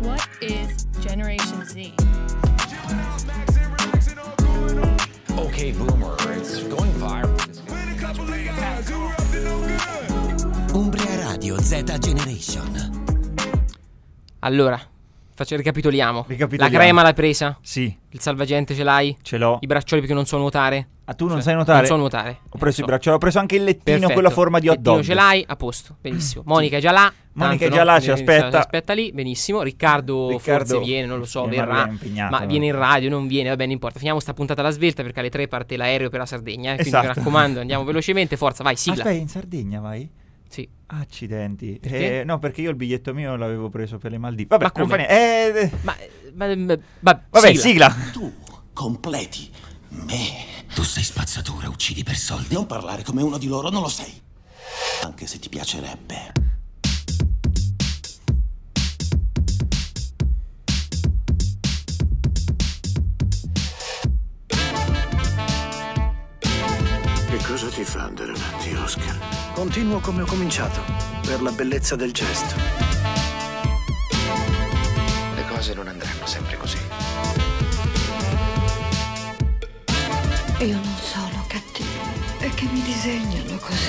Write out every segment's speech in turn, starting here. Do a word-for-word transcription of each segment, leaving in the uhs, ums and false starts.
What is Generation Z? Okay, boomer, it's going viral. Umbria Radio Z Generation. Allora, faccio, ricapitoliamo. Ricapitoliamo. La crema l'hai presa? Sì. Il salvagente ce l'hai? Ce l'ho. I braccioli perché non so nuotare? Ah, tu non Cioè, sai nuotare? Non so nuotare. Ho preso eh, i so. braccioli, ho preso anche il lettino, Perfetto. quella forma di hot Lettino dog. ce l'hai? A posto, benissimo. Monica è già là. Monica tanto, è già no? là, ci aspetta. Ci aspetta lì, benissimo. Riccardo, Riccardo forse viene, non lo so, viene, ma verrà. lui è impegnato, Ma no? viene in radio, non viene, va bene, importa. Finiamo sta puntata alla svelta perché alle tre parte l'aereo per la Sardegna. Eh? Quindi Esatto. mi raccomando, andiamo velocemente, forza, vai, sigla. Aspetta, in Sardegna vai? Sì. Accidenti. Perché? Eh, no, perché io il biglietto mio l'avevo preso per le Maldive. Vabbè, Ma non come? fa niente. Eh, Ma, ma, ma, ma vabbè, sigla. sigla. Tu completi me. Tu sei spazzatura, uccidi per soldi. Non parlare come uno di loro, non lo sei. Anche se ti piacerebbe. Che cosa ti fa andare avanti, Oscar? Continuo come ho cominciato, per la bellezza del gesto. Le cose non andranno sempre così. Io non sono cattivo, è che mi disegnano così.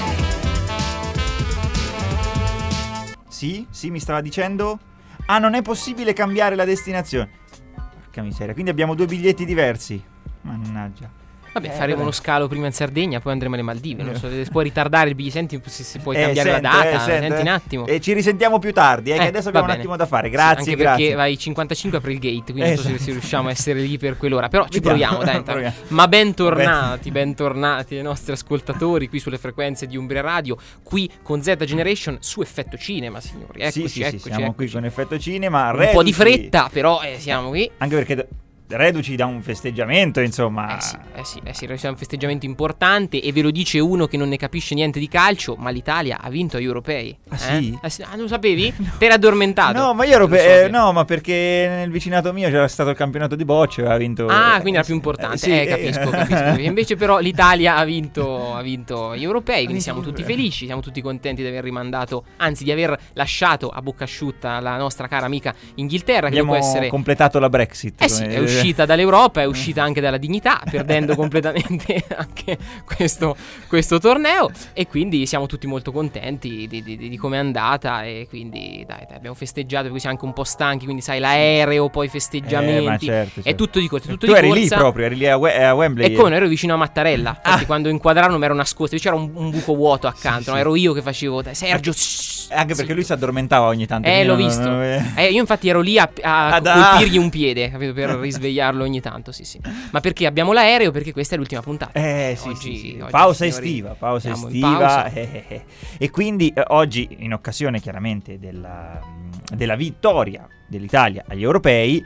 Sì, sì, mi stava dicendo. Ah, non è possibile cambiare la destinazione. Porca miseria, quindi abbiamo due biglietti diversi. Mannaggia. Vabbè, Eh, faremo vabbè. uno scalo prima in Sardegna, poi andremo alle Maldive. Non so, puoi ritardare il biglietto, senti se, se puoi Eh, cambiare sento, la data. eh, sento, senti un eh. attimo. E ci risentiamo più tardi, eh, che Eh, adesso va abbiamo un bene. attimo da fare. Sì, Grazie, anche grazie. perché vai cinquantacinque apri il gate, quindi non so se, Esatto. se riusciamo a essere lì per quell'ora. Però ci Vediamo, proviamo, dai. intanto. proviamo. Ma bentornati, bentornati ai nostri ascoltatori qui sulle frequenze di Umbria Radio, qui con Z Generation su Effetto Cinema, signori. Eccoci, sì, sì, eccoci, sì, siamo eccoci. qui con Effetto Cinema. Un po' di reduci- fretta, però eh, siamo qui. Anche perché d- reduci da un festeggiamento, insomma. Eh sì, eh sì, eh sì, è un festeggiamento importante e ve lo dice uno che non ne capisce niente di calcio, ma l'Italia ha vinto agli europei. Ah, eh? sì? Eh sì? Ah, non lo sapevi? T'eri addormentato. No, ma io ero Lo per- so eh, che- no, ma perché nel vicinato mio c'era stato il campionato di bocce, aveva vinto. Ah, eh, quindi era più importante. eh, sì, eh, capisco, capisco. Invece però l'Italia ha vinto, ha vinto gli europei, quindi siamo tutti felici, siamo tutti contenti di aver rimandato, anzi di aver lasciato a bocca asciutta la nostra cara amica Inghilterra, che Abbiamo può essere... completato la Brexit. Eh sì, come- è uscita dall'Europa, è uscita anche dalla dignità, perdendo completamente anche questo, questo torneo. E quindi siamo tutti molto contenti di, di, di come è andata. E quindi dai, dai, abbiamo festeggiato perché siamo anche un po' stanchi. Quindi sai, l'aereo, poi i festeggiamenti. Eh, ma certo, È certo. tutto di corsa, è tutto Tu di eri lì corsa. proprio, eri lì a, We- a Wembley. E come, ero vicino a Mattarella. Infatti, Ah. quando inquadrarono mi ero nascosto. C'era un, un buco vuoto accanto. Sì, no? sì. Ero io che facevo. dai, Sergio. shh, Anche perché sì. lui si addormentava ogni tanto. Eh, quindi l'ho non- visto. non- Eh, io infatti ero lì a, a Ah, da- colpirgli un piede, capito? Per risvegliarlo ogni tanto, sì, sì. Ma perché abbiamo l'aereo? Perché questa è l'ultima puntata. Eh sì, Oggi- sì, sì. oggi, Pausa signori, estiva, pausa siamo in estiva. pausa. eh, eh, eh. E quindi eh, oggi, in occasione chiaramente della, della vittoria dell'Italia agli europei,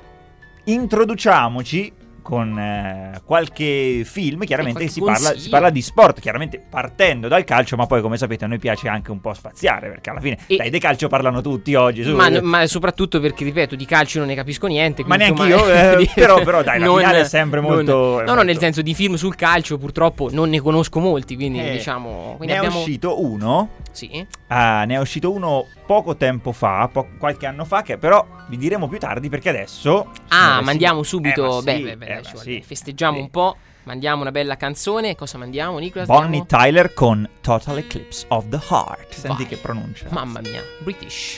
introduciamoci con eh, qualche film. Chiaramente qualche si parla, consiglio. si parla di sport, chiaramente partendo dal calcio, ma poi come sapete a noi piace anche un po' spaziare, perché alla fine E- dai, di calcio parlano tutti oggi. su. Ma, ma soprattutto perché, ripeto, di calcio non ne capisco niente. Ma quindi, neanche insomma, io, eh, di- però- però dai, la finale è sempre non- molto- No, no, molto- nel senso di film sul calcio purtroppo non ne conosco molti, quindi Eh, diciamo... Quindi ne abbiamo... è uscito uno. Sì. Ah, ne è uscito uno poco tempo fa, po- qualche anno fa, che però vi diremo più tardi perché adesso... Ah, signore, mandiamo sì. subito... Eh, ma beh, sì, beh, beh, eh, dai, ma ci vuole. sì. Festeggiamo Sì. un po', mandiamo una bella canzone. Cosa mandiamo, Nicolas? Bonnie Diamo- Tyler con Total Eclipse of the Heart. Senti Vai. che pronuncia. Mamma mia, British.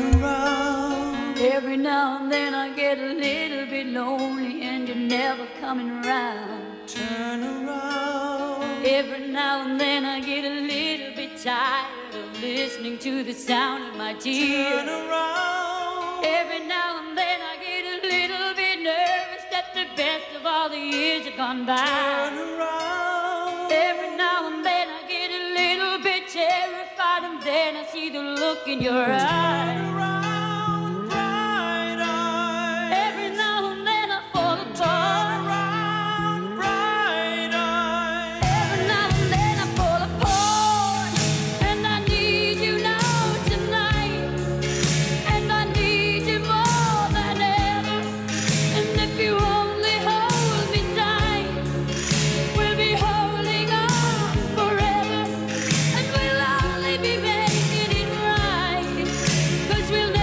Every now and then I get a little bit lonely and you're never coming around. Turn around. Every now and then I get a little bit tired of listening to the sound of my tears. Turn around. Every now and then I get a little bit nervous that the best of all the years have gone by. Turn around. Every now and then I get a little bit terrified and then I see the look in your eyes. Turn around. Every now and then I fall apart. Every now and then I fall apart. And I need you now tonight. And I need you more than ever. And if you only hold me tight, we'll be holding on forever. And we'll only be making it right. 'Cause we'll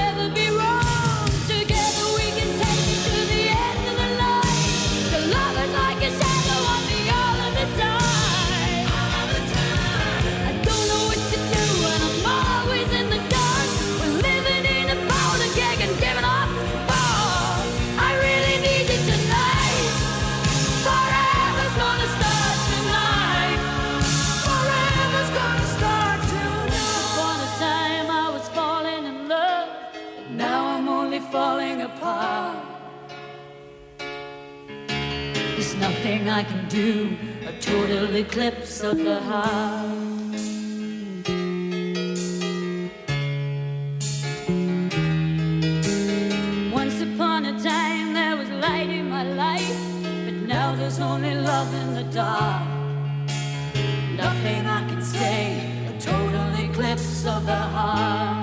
only falling apart. There's nothing I can do, a total eclipse of the heart. Once upon a time there was light in my life, but now there's only love in the dark. Nothing I can say, a total eclipse of the heart.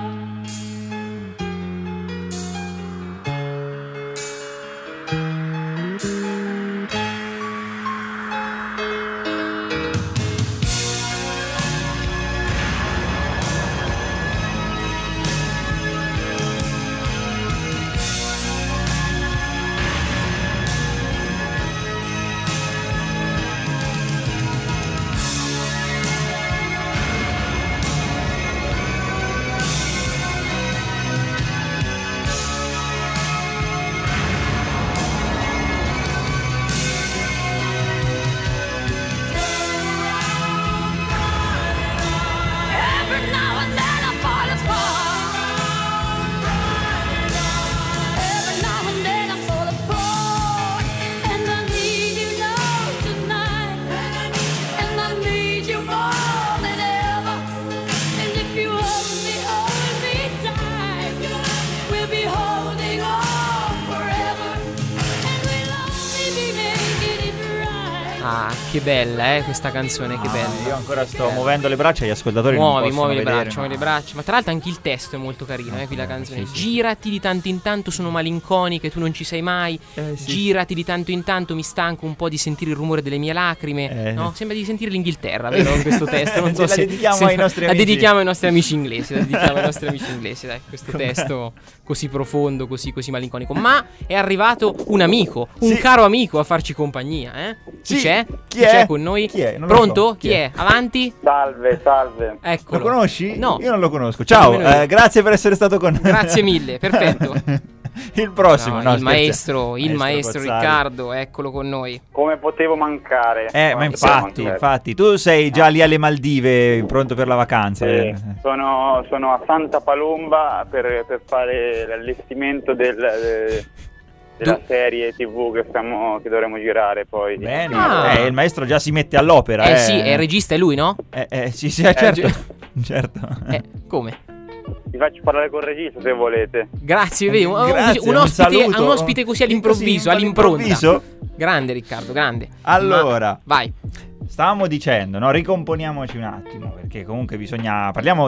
Che bella, eh, questa canzone, che bella. Io ancora sto eh. muovendo le braccia, gli ascoltatori muovi, non muovi le vedere, braccia, ma... muovi le braccia. Ma tra l'altro anche il testo è molto carino, eh, qui la canzone. Sì, sì. Girati di tanto in tanto, sono malinconiche, tu non ci sei mai. Eh, sì. Girati di tanto in tanto, mi stanco un po' di sentire il rumore delle mie lacrime. Eh. No? Sembra di sentire l'Inghilterra, vero? In questo testo. Non so la se dedichiamo se ai nostri la amici. dedichiamo ai nostri amici inglesi. La dedichiamo ai nostri amici inglesi, dai. Questo Com'è? testo così profondo, così, così malinconico. Ma è arrivato un amico, un sì. caro amico a farci compagnia, eh? Chi sì. c'è? Chi, Chi è? c'è con noi? Chi è? Non Pronto? so. Chi, Chi è? è? Avanti? Salve, salve. Eccolo. Lo conosci? No. Io non lo conosco. Ciao, eh, grazie per essere stato con noi. Grazie mille, perfetto. Il prossimo, no, no, il scherzo. maestro, il maestro, maestro Riccardo, eccolo con noi. Come potevo mancare? Eh, Come ma infatti, infatti, tu sei già lì alle Maldive, pronto per la vacanza. Sì, eh. sono, sono a Santa Palomba per, per fare l'allestimento del, de, della tu... serie tivù che, stiamo, che dovremo girare poi. Bene, ah. eh, il maestro già si mette all'opera. Eh, eh sì, è il regista, è lui, no? Eh, eh sì, sì, eh, certo. Eh, certo. Eh, come? Vi faccio parlare col regista se volete. Grazie, vedi, un, Grazie, un, ospite, un, saluto, un ospite così all'improvviso, all'impronta. all'improvviso. Grande Riccardo, grande. Allora, Ma, vai. Stavamo dicendo, no, ricomponiamoci un attimo, perché comunque bisogna, parliamo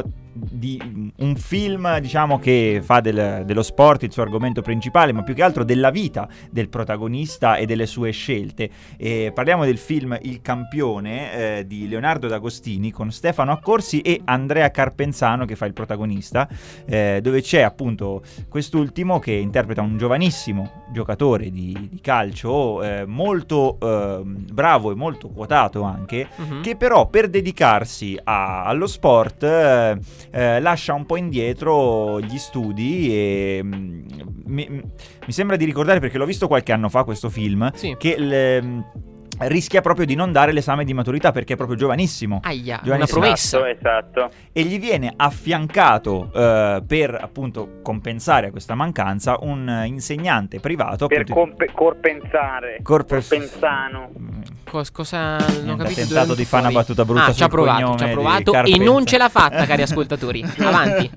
di un film, diciamo, che fa del, dello sport il suo argomento principale, ma più che altro della vita del protagonista e delle sue scelte. E parliamo del film Il Campione eh, di Leonardo D'Agostini con Stefano Accorsi e Andrea Carpenzano che fa il protagonista, eh, dove c'è appunto quest'ultimo che interpreta un giovanissimo giocatore di, di calcio eh, molto eh, bravo e molto quotato anche, uh-huh. che però per dedicarsi a, allo sport eh, eh, lascia un po' indietro gli studi e mm, mi, mi sembra di ricordare, perché l'ho visto qualche anno fa questo film, sì. che le, rischia proprio di non dare l'esame di maturità perché è proprio giovanissimo. Aia, giovanissimo. una promessa. Esatto, esatto. E gli viene affiancato eh, per appunto compensare a questa mancanza un insegnante privato. Per appunto, compe- corpensare. Corpe- Corpensano. Cos- cosa non ho capito? Ha tentato di fare una battuta brutta ah, sul ci ha provato, ci ha provato e non ce l'ha fatta, cari ascoltatori. Avanti.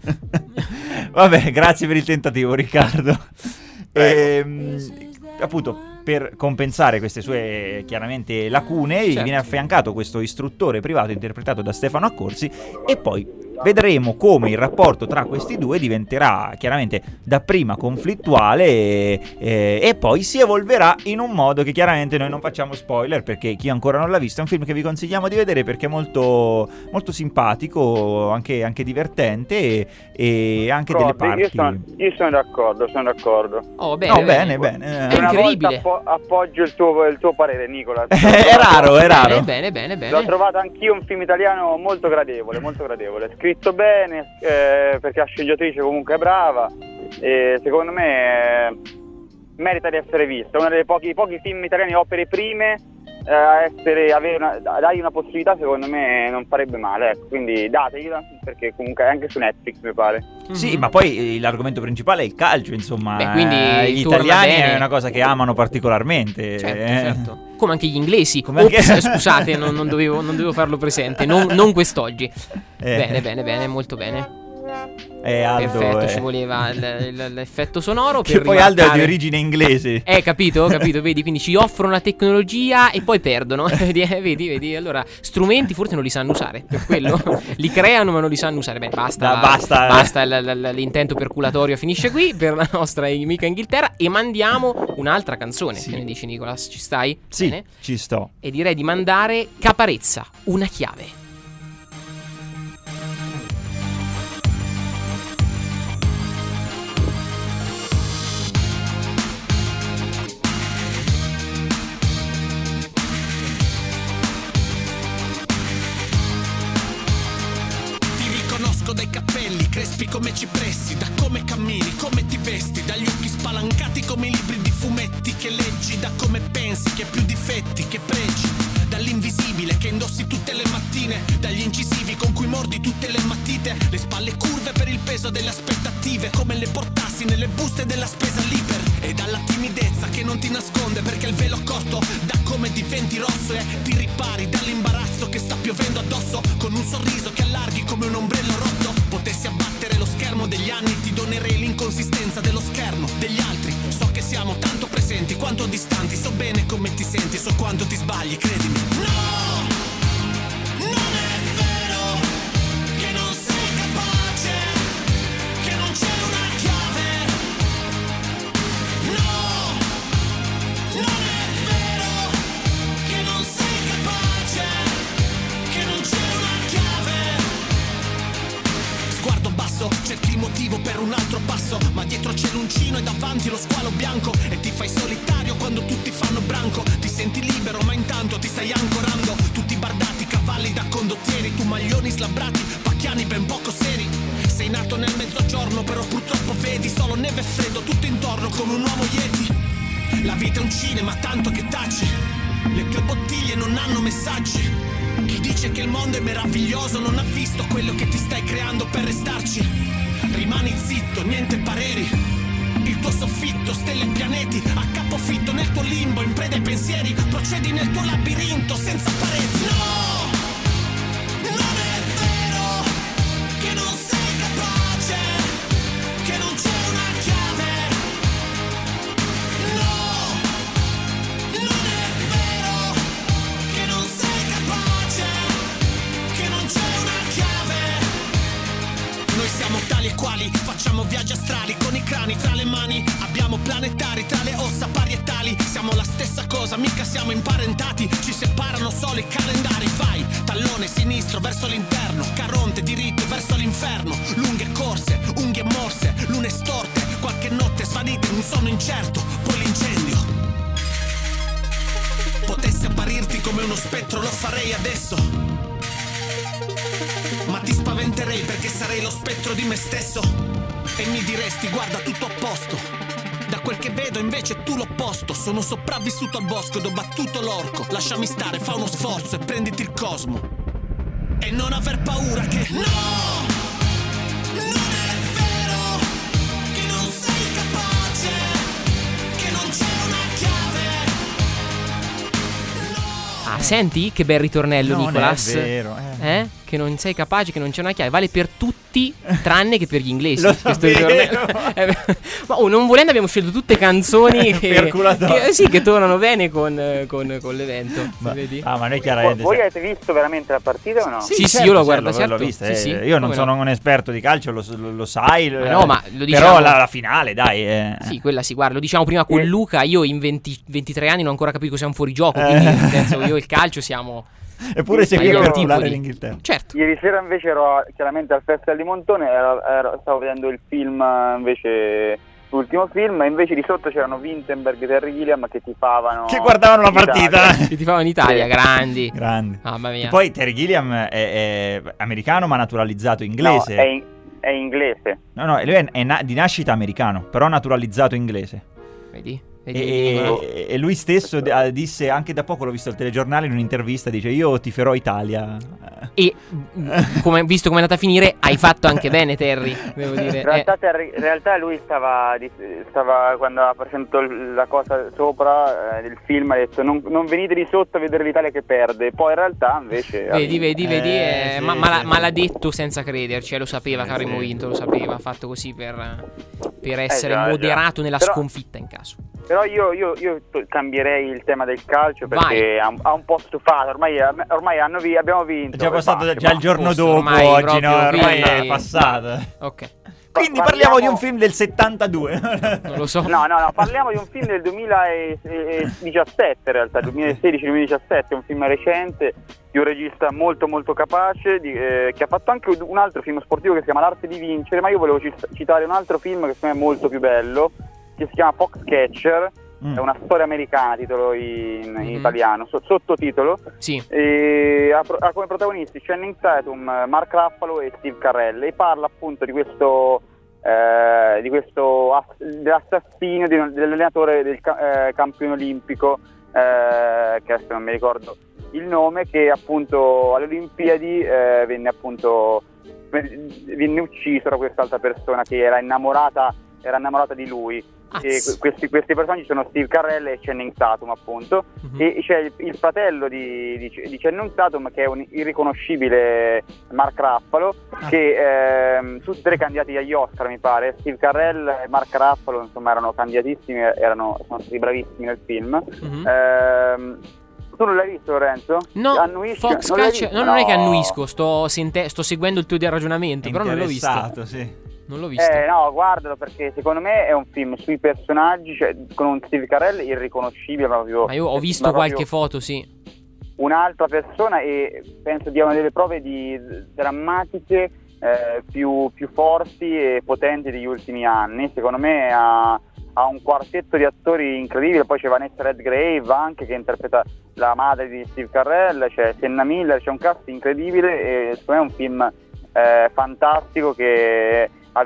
Vabbè, grazie per il tentativo, Riccardo. E, appunto, per compensare queste sue chiaramente lacune, certo. gli viene affiancato questo istruttore privato interpretato da Stefano Accorsi, e poi vedremo come il rapporto tra questi due diventerà chiaramente dapprima conflittuale e, e, e poi si evolverà in un modo che chiaramente noi non facciamo spoiler, perché chi ancora non l'ha visto è un film che vi consigliamo di vedere perché è molto, molto simpatico, anche, anche divertente e, e anche D'accordo, delle parti. Io sono, io sono d'accordo, sono d'accordo. Oh, bene, no, bene, bene, bene. È incredibile. Appo- appoggio il tuo, il tuo parere, Nicola. È raro, è raro. Bene, bene, bene. L'ho trovato anch'io un film italiano molto gradevole, molto gradevole. Scritto bene, eh, perché la sceneggiatrice comunque è brava. E secondo me eh, merita di essere visto. Uno dei pochi, pochi film italiani opere prime eh, essere, avere una, dargli una possibilità, secondo me non farebbe male, ecco. Quindi dategliela, perché comunque è anche su Netflix, mi pare. Sì, mm-hmm. ma poi eh, l'argomento principale è il calcio, insomma. Beh, quindi eh, gli italiani bene. È una cosa che amano particolarmente. Certo, eh. certo. Come anche gli inglesi. Come Ops, anche... scusate, non, non, dovevo, non dovevo farlo presente, non, non quest'oggi. Eh. Bene, bene, bene, molto bene. Eh, Aldo, perfetto, eh. ci voleva l- l- l'effetto sonoro che per poi rimarcare... Aldo è di origine inglese. Eh, capito, capito, vedi, quindi ci offrono la tecnologia e poi perdono. vedi, vedi, vedi, allora strumenti forse non li sanno usare, per quello li creano ma non li sanno usare. Beh, basta, da, basta, basta l- l- l'intento perculatorio finisce qui per la nostra amica Inghilterra e mandiamo un'altra canzone. Sì. Che ne dici, Nicolas? Ci stai? Sì, Bene. ci sto. E direi di mandare Caparezza, Una chiave. Dai capelli crespi come cipressi, da come cammini, come ti vesti, dagli occhi spalancati come i libri di fumetti che leggi, da come pensi che più difetti che pregi, dall'invisibile che indossi tutte le mattine, dagli incisivi con cui mordi tutte le matite, le spalle curve per il peso delle aspettative, come le portassi nelle buste della spesa l'iper, e dalla timidezza che non ti nasconde perché il velo corto da come diventi rosso e ti ripari dall'imbarazzo che sta piovendo addosso, con un sorriso che allarghi come un ombrello rotto. Potessi abbattere lo schermo degli anni, ti donerei l'inconsistenza dello schermo degli altri. So che siamo tanto presenti quanto distanti, so bene come ti senti, so quanto ti sbagli, credimi. No, non è vero che non sei capace, che non c'è una chiave. No, non è vero che non sei capace, che non c'è una chiave. Sguardo basso, cerchi il motivo per un altro passo, ma dietro c'è l'uncino e davanti lo squalo bianco, e ti fai solitario quando tutti fanno branco. Ti senti libero ma intanto ti stai ancorando, tutti bardati, cavalli da condottieri, tu maglioni slabbrati, pacchiani ben poco seri. Sei nato nel mezzogiorno però purtroppo vedi solo neve e freddo tutto intorno come un uomo Yeti. La vita è un cinema tanto che taci, le tue bottiglie non hanno messaggi. Chi dice che il mondo è meraviglioso non ha visto quello che ti stai creando per restarci. Rimani zitto, niente pareri, il tuo soffitto, stelle e pianeti, a capofitto nel tuo limbo, in preda ai pensieri, procedi nel tuo labirinto senza pareti. No, non è vero che non sei capace, che non c'è una chiave. No, non è vero che non sei capace, che non c'è una chiave. Noi siamo tali e quali, facciamo viaggi astrali con i crani tra le mani, abbiamo planetari tra le ossa parietali, siamo la stessa cosa, mica siamo imparentati, ci separano solo i calendari. Vai, tallone sinistro verso l'interno, Caronte diritto verso l'inferno, lunghe corse, unghie morse, lune storte, qualche notte svanita in un sonno incerto, poi l'incendio. Potessi apparirti come uno spettro, lo farei adesso, ma ti spaventerei perché sarei lo spettro di me stesso, e mi diresti guarda tutto a posto. Da quel che vedo invece tu l'opposto, sono sopravvissuto al bosco ed ho battuto l'orco. Lasciami stare, fa uno sforzo e prenditi il cosmo, e non aver paura che no, non è vero che non sei capace, che non c'è una chiave. No. Ah, senti che bel ritornello, Non Nicolas. è vero, eh. eh? Che non sei capace, che non c'è una chiave. Vale per tutti tranne che per gli inglesi. Lo questo sapevo. ritornello. Eh, ma oh, non volendo abbiamo scelto tutte canzoni che, Perculatorie. che, sì, che tornano bene con, con, con l'evento. Ma- Vedi? Ah, ma noi Voi, chiaramente voi avete visto veramente la partita o no? Sì, sì, io l'ho guarda, certo. l'ho vista, Sì, eh. sì, Io non come sono no. un esperto di calcio, lo, lo, lo sai. Ma no, ma lo Però diciamo- la, la finale, dai. Eh. Sì, quella si guarda. Lo diciamo prima con Eh. Luca. Io in venti, ventitré anni non ho ancora capito cos'è un fuorigioco. Quindi nel senso, io e il calcio siamo. Eppure sei Ma qui a io perculare tipo di- l'Inghilterra. Certo. Ieri sera invece ero chiaramente al Festival di Montone, ero- ero- stavo vedendo il film eh, invece, l'ultimo film, e invece di sotto c'erano Winterberg e Terry Gilliam che tifavano. Che guardavano la in Italia. partita. Che ti fanno in Italia, Sì. grandi. Grandi. Mamma mia. E poi Terry Gilliam è, è americano ma naturalizzato No, inglese. è, in- è inglese. No, no, lui è, è na- di nascita americano, però naturalizzato inglese. Vedi? E, e lui stesso d- disse, anche da poco l'ho visto al telegiornale in un'intervista, dice io tiferò Italia. E come, visto come è andata a finire, hai fatto anche bene, Terry, devo dire. In realtà, eh. Terry, in realtà lui stava, stava quando ha presentato la cosa sopra eh, del film, ha detto non, non venite di sotto a vedere l'Italia che perde. Poi in realtà invece vedi vedi eh, vedi eh, sì, ma, ma, sì. ma l'ha detto senza crederci, eh, lo sapeva eh, che avremmo sì. vinto, lo sapeva, ha fatto così per, per essere eh, già, moderato già. nella Però, sconfitta in caso. Però io, io, io cambierei il tema del calcio perché ha, ha un po' stufato, ormai, ormai hanno vi, abbiamo vinto. È già passato basta, già il giorno posto, dopo ormai oggi, proprio, no? Ormai quindi- è passato. Ok, Quindi Parliamo- parliamo di un film del settantadue. non lo so. No, no, no, parliamo di un film del duemiladiciassette in realtà, duemilasedici duemiladiciassette, un film recente di un regista molto molto capace di, eh, che ha fatto anche un altro film sportivo che si chiama L'arte di vincere, ma io volevo cit- citare un altro film che secondo me è molto più bello, che si chiama Foxcatcher, Mm. è una storia americana, titolo in, in Mhm. italiano, so- sottotitolo, Sì, e ha, pro- ha come protagonisti Channing Tatum, Mark Ruffalo e Steve Carell, e parla appunto di questo eh, di questo ass- dell'assassinio di un- dell'allenatore del ca- eh, campione olimpico eh, che adesso non mi ricordo il nome, che appunto alle Olimpiadi eh, venne appunto venne ucciso da quest'altra persona che era innamorata era innamorata di lui. E que- questi, questi personaggi sono Steve Carell e Channing Tatum appunto. Mhm. E c'è il, il fratello di, di, di Channing Tatum che è un irriconoscibile Mark Ruffalo che ehm, tutti e tre candidati agli Oscar mi pare. Steve Carell e Mark Ruffalo insomma erano candidatissimi, erano, sono stati bravissimi nel film. Mhm. Ehm, tu non l'hai visto, Lorenzo? No, Annuisci? Fox Non l'hai Catcher, visto? no, non è che No. annuisco, sto, sente- sto seguendo il tuo ragionamento, però non l'ho visto. Interessato, sì. Non l'ho visto. Eh no, guardalo perché secondo me è un film sui personaggi, cioè, con un Steve Carell irriconoscibile proprio. Ma io ho visto ma proprio qualche foto, sì. un'altra persona e penso diano delle prove di drammatiche eh, più, più forti e potenti degli ultimi anni. Secondo me ha, ha un quartetto di attori incredibile, poi c'è Vanessa Redgrave anche che interpreta la madre di Steve Carell, c'è Sienna Miller, c'è un cast incredibile e secondo me è un film eh, fantastico che ha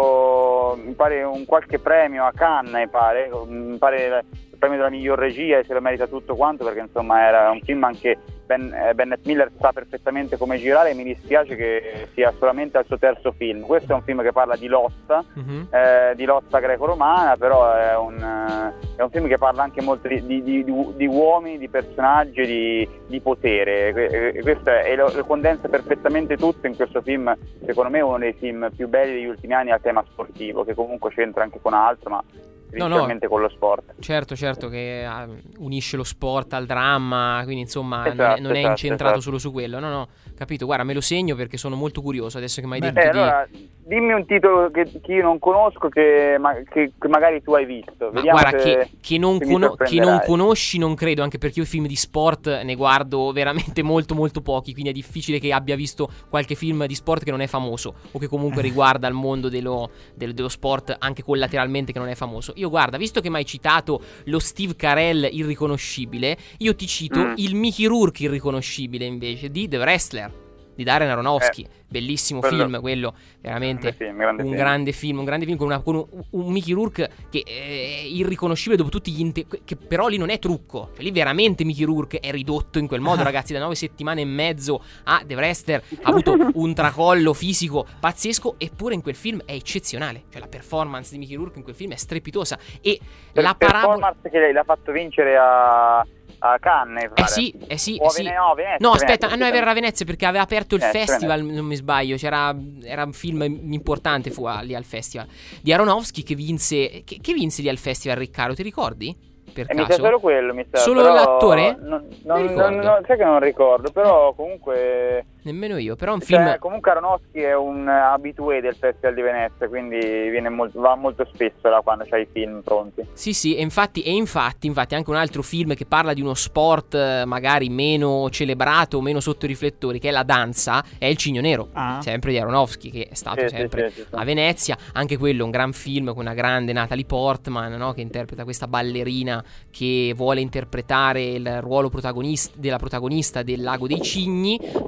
vinto mi pare un qualche premio a Cannes, mi pare, mi pare il premio della miglior regia e se lo merita tutto quanto perché insomma era un film anche ben, eh, Bennett Miller sa perfettamente come girare e mi dispiace che sia solamente al suo terzo film. Questo è un film che parla di lotta, Mhm. eh, di lotta greco-romana, però è un, eh, è un film che parla anche molto di, di, di, di, di uomini, di personaggi e di, di potere e, e questo è, e lo, lo condensa perfettamente tutto in questo film. Secondo me è uno dei film più belli degli ultimi anni a tema sportivo, che comunque c'entra anche con altro ma No, no. principalmente con lo sport. Certo, certo, che ah, unisce lo sport al dramma, quindi insomma non è- Esatto, non è, esatto, incentrato esatto. solo su quello. No, no, capito, guarda, me lo segno perché sono molto curioso adesso che mi hai detto Eh, di... allora dimmi un titolo che, che io non conosco che, ma, che, che magari tu hai visto. Ma Vediamo guarda, se, che, che, non se mi cono- che non sorprenderai. conosci non credo, anche perché io film di sport ne guardo veramente molto molto pochi, quindi è difficile che abbia visto qualche film di sport che non è famoso o che comunque riguarda il mondo dello, del- dello sport anche collateralmente che non è famoso. Io guarda, visto che mi hai citato lo Steve Carell irriconoscibile, io ti cito Mm. il Mickey Rourke irriconoscibile invece di The Wrestler di Darren Aronofsky. Eh, Bellissimo quello- film quello, veramente Grande film, grande un film. grande film, un grande film con, una- con un, un Mickey Rourke che è irriconoscibile dopo tutti gli inte- che però lì non è trucco, cioè, lì veramente Mickey Rourke è ridotto in quel modo, ragazzi, da nove settimane e mezzo a The Wrestler ha avuto un tracollo fisico pazzesco, eppure in quel film è eccezionale, cioè la performance di Mickey Rourke in quel film è strepitosa e Per la parabola... performance che lei l'ha fatto vincere a, a Cannes, mi Eh pare. sì, eh sì, O eh a sì. Vene- no, a Venezia, No, Venezia, aspetta, no, sì, era a Venezia perché aveva aperto il Venezia, festival, Venezia. non mi sbaglio, c'era era un film importante fu a- lì al festival di Aronofsky che vinse che, che vinse lì al festival, Riccardo, ti ricordi? Per E mi sa caso? solo quello, mi sa. Solo però l'attore? Non, Mi non, ricordo. non, non- sai che non ricordo, però comunque... Nemmeno io, però è un Cioè, film comunque Aronofsky è un abitué del Festival di Venezia, quindi viene molto, va molto spesso là quando c'hai i film pronti. Sì, sì, e infatti, e infatti, infatti anche un altro film che parla di uno sport eh, magari meno celebrato, meno sotto i riflettori, che è la danza, è Il Cigno Nero, Ah. sempre di Aronofsky, che è stato Sì, sì, sempre sì, sì, sì. a Venezia. Anche quello un gran film con una grande Natalie Portman, no? Che interpreta questa ballerina che vuole interpretare il ruolo protagonista, della protagonista del Lago dei Cigni, ma viene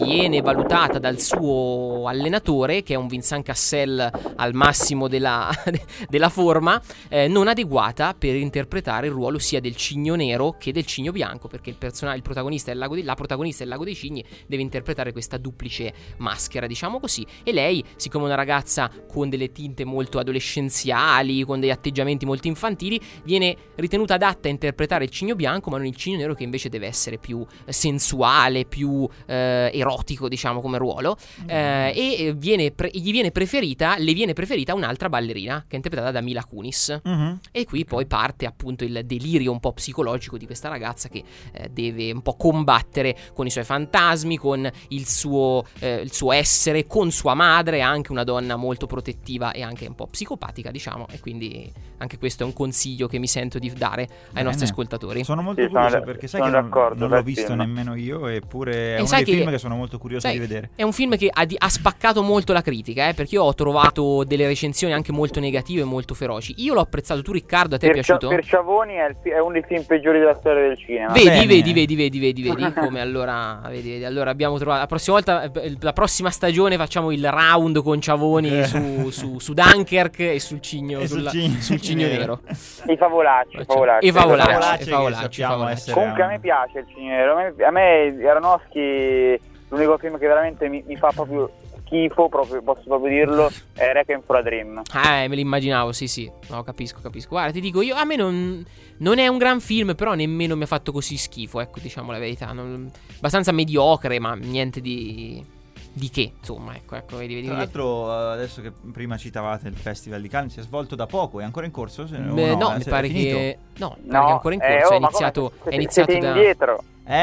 viene valutata dal suo allenatore, che è un Vincent Cassel al massimo della, della forma, eh, non adeguata per interpretare il ruolo sia del cigno nero che del cigno bianco, perché il, person- il protagonista del Lago dei, la protagonista del Lago dei Cigni deve interpretare questa duplice maschera, diciamo così. E lei, siccome è una ragazza con delle tinte molto adolescenziali, con degli atteggiamenti molto infantili, viene ritenuta adatta a interpretare il cigno bianco, ma non il cigno nero, che invece deve essere più sensuale, più eh, erotico, diciamo, come ruolo. eh, e viene pre- gli viene preferita le viene preferita un'altra ballerina che è interpretata da Mila Kunis. Mm-hmm. E qui poi parte appunto il delirio un po' psicologico di questa ragazza che eh, deve un po' combattere con i suoi fantasmi, con il suo, eh, il suo essere, con sua madre, anche una donna molto protettiva e anche un po' psicopatica, diciamo. E quindi anche questo è un consiglio che mi sento di dare ai Bene. nostri ascoltatori. Sono molto Sì, curioso sono- perché sai sono che non, d'accordo, non l'ho bel visto film. nemmeno io, eppure è E uno sai dei che- film che sono molto curioso Sai, di vedere. è un film che ha, di- ha spaccato molto la critica, eh, perché io ho trovato delle recensioni anche molto negative e molto feroci. Io l'ho apprezzato. Tu, Riccardo, a te è Per, Cia- piaciuto? per Ciavoni è, il fi- è uno dei film peggiori della storia del cinema. Vedi, Bene. vedi, vedi, vedi, vedi, vedi come allora, vedi, vedi, allora abbiamo trovato la prossima volta, eh, la prossima stagione facciamo il round con Ciavoni su, su, su Dunkirk e sul cigno, E sul sulla- cigno sul cigno nero. I favolacci, i favolacci. E favolacci, Favolacci e che favolacci, sappiamo favolacci. essere- Comunque a me piace il cigno nero. A me, a me Aronofsky, l'unico film che veramente mi, mi fa proprio schifo, proprio, posso proprio dirlo, è Requiem for a Dream. Eh, me l'immaginavo, sì, sì. No, capisco, capisco. Guarda, ti dico, io a me non, non è un gran film, però nemmeno mi ha fatto così schifo, ecco, diciamo la verità. Non- abbastanza mediocre, ma niente di di che, insomma, ecco, ecco, vedi, vedi. Tra vedi. l'altro, eh, adesso che prima citavate il Festival di Cannes, si è svolto da poco, è ancora in corso? Se- o Beh, no, Eh, mi se- pare è finito? che no, mi pare No, che è ancora in eh, corso, oh, è ma iniziato come? è Siete- iniziato siete da indietro.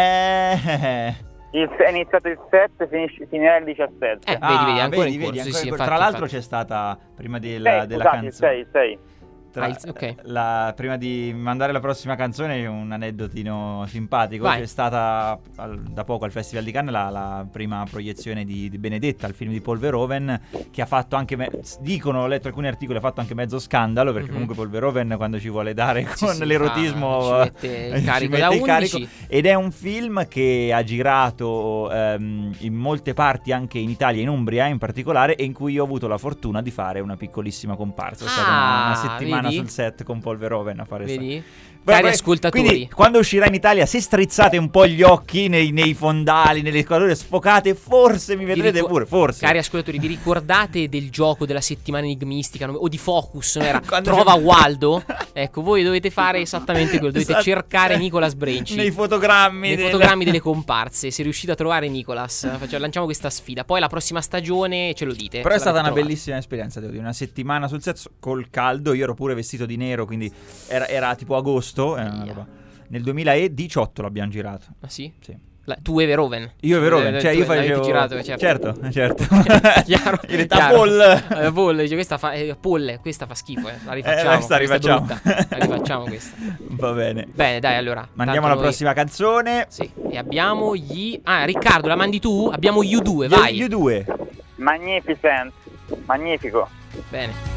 Eh... Il, è iniziato il sette, finisce, finirà il diciassette. Eh, vedi, vedi, ancora in vedi, corso, sì, ancora sì, in corso. infatti, Tra l'altro infatti. c'è stata, prima della, sei, della scusate, canzone, sei, sei. tra- Ah, il- ok. la- prima di mandare la prossima canzone, un aneddotino simpatico. Vai. C'è stata al- da poco al Festival di Cannes la, la prima proiezione di, di Benedetta, il film di Paul Verhoeven, che ha fatto anche, me- dicono, ho letto alcuni articoli, ha fatto anche mezzo scandalo, perché Mhm. comunque Paul Verhoeven, quando ci vuole dare Sì, con sì, l'erotismo, fa- ci mette il ci carico mette da il carico. undici. Ed è un film che ha girato ehm, in molte parti, anche in Italia, in Umbria in particolare, e in cui io ho avuto la fortuna di fare una piccolissima comparsa. È stata una, una Ah, settimana vedi? sul set con Paul Verhoeven a fare Vedi? Beh, Cari beh, ascoltatori. Quindi, quando uscirà in Italia, se strizzate un po' gli occhi nei, nei fondali, nelle squadre sfocate, forse mi Vi vedrete ricor- pure. Forse. Cari ascoltatori, vi ricordate del gioco della settimana enigmistica no? o di Focus? No? Era Quando Trova c'è- Waldo? Ecco, voi dovete fare esattamente quello. Dovete Esatto. cercare Nicolas Brenci Nei fotogrammi. nei del- fotogrammi delle comparse. Se riuscite a trovare Nicolas, facciamo, lanciamo questa sfida. Poi la prossima stagione ce lo dite. Però è se stata una l'avete trovata. bellissima esperienza, devo dire. Una settimana sul set col caldo. Io ero pure vestito di nero, quindi era, era tipo agosto. Era una Aia. roba. Nel duemiladiciotto l'abbiamo girato. Ah, sì? Sì. La- tu e Verhoeven. Io e Verhoeven, Eh, cioè tu- io l'avete facevo... girato, certo. certo, certo. Chiaro, In realtà chiaro. Paul... Eh, Paul dice, questa fa eh, Paul, questa fa schifo, eh. La rifacciamo. Eh, questa è rifacciamo. brutta. La rifacciamo questa. Va bene. Bene, dai, allora. Mandiamo tanto la noi- prossima canzone. Sì, e abbiamo gli Ah, Riccardo, la mandi tu? Abbiamo gli U due, vai. Gli U due. Magnificent, magnifico. Bene.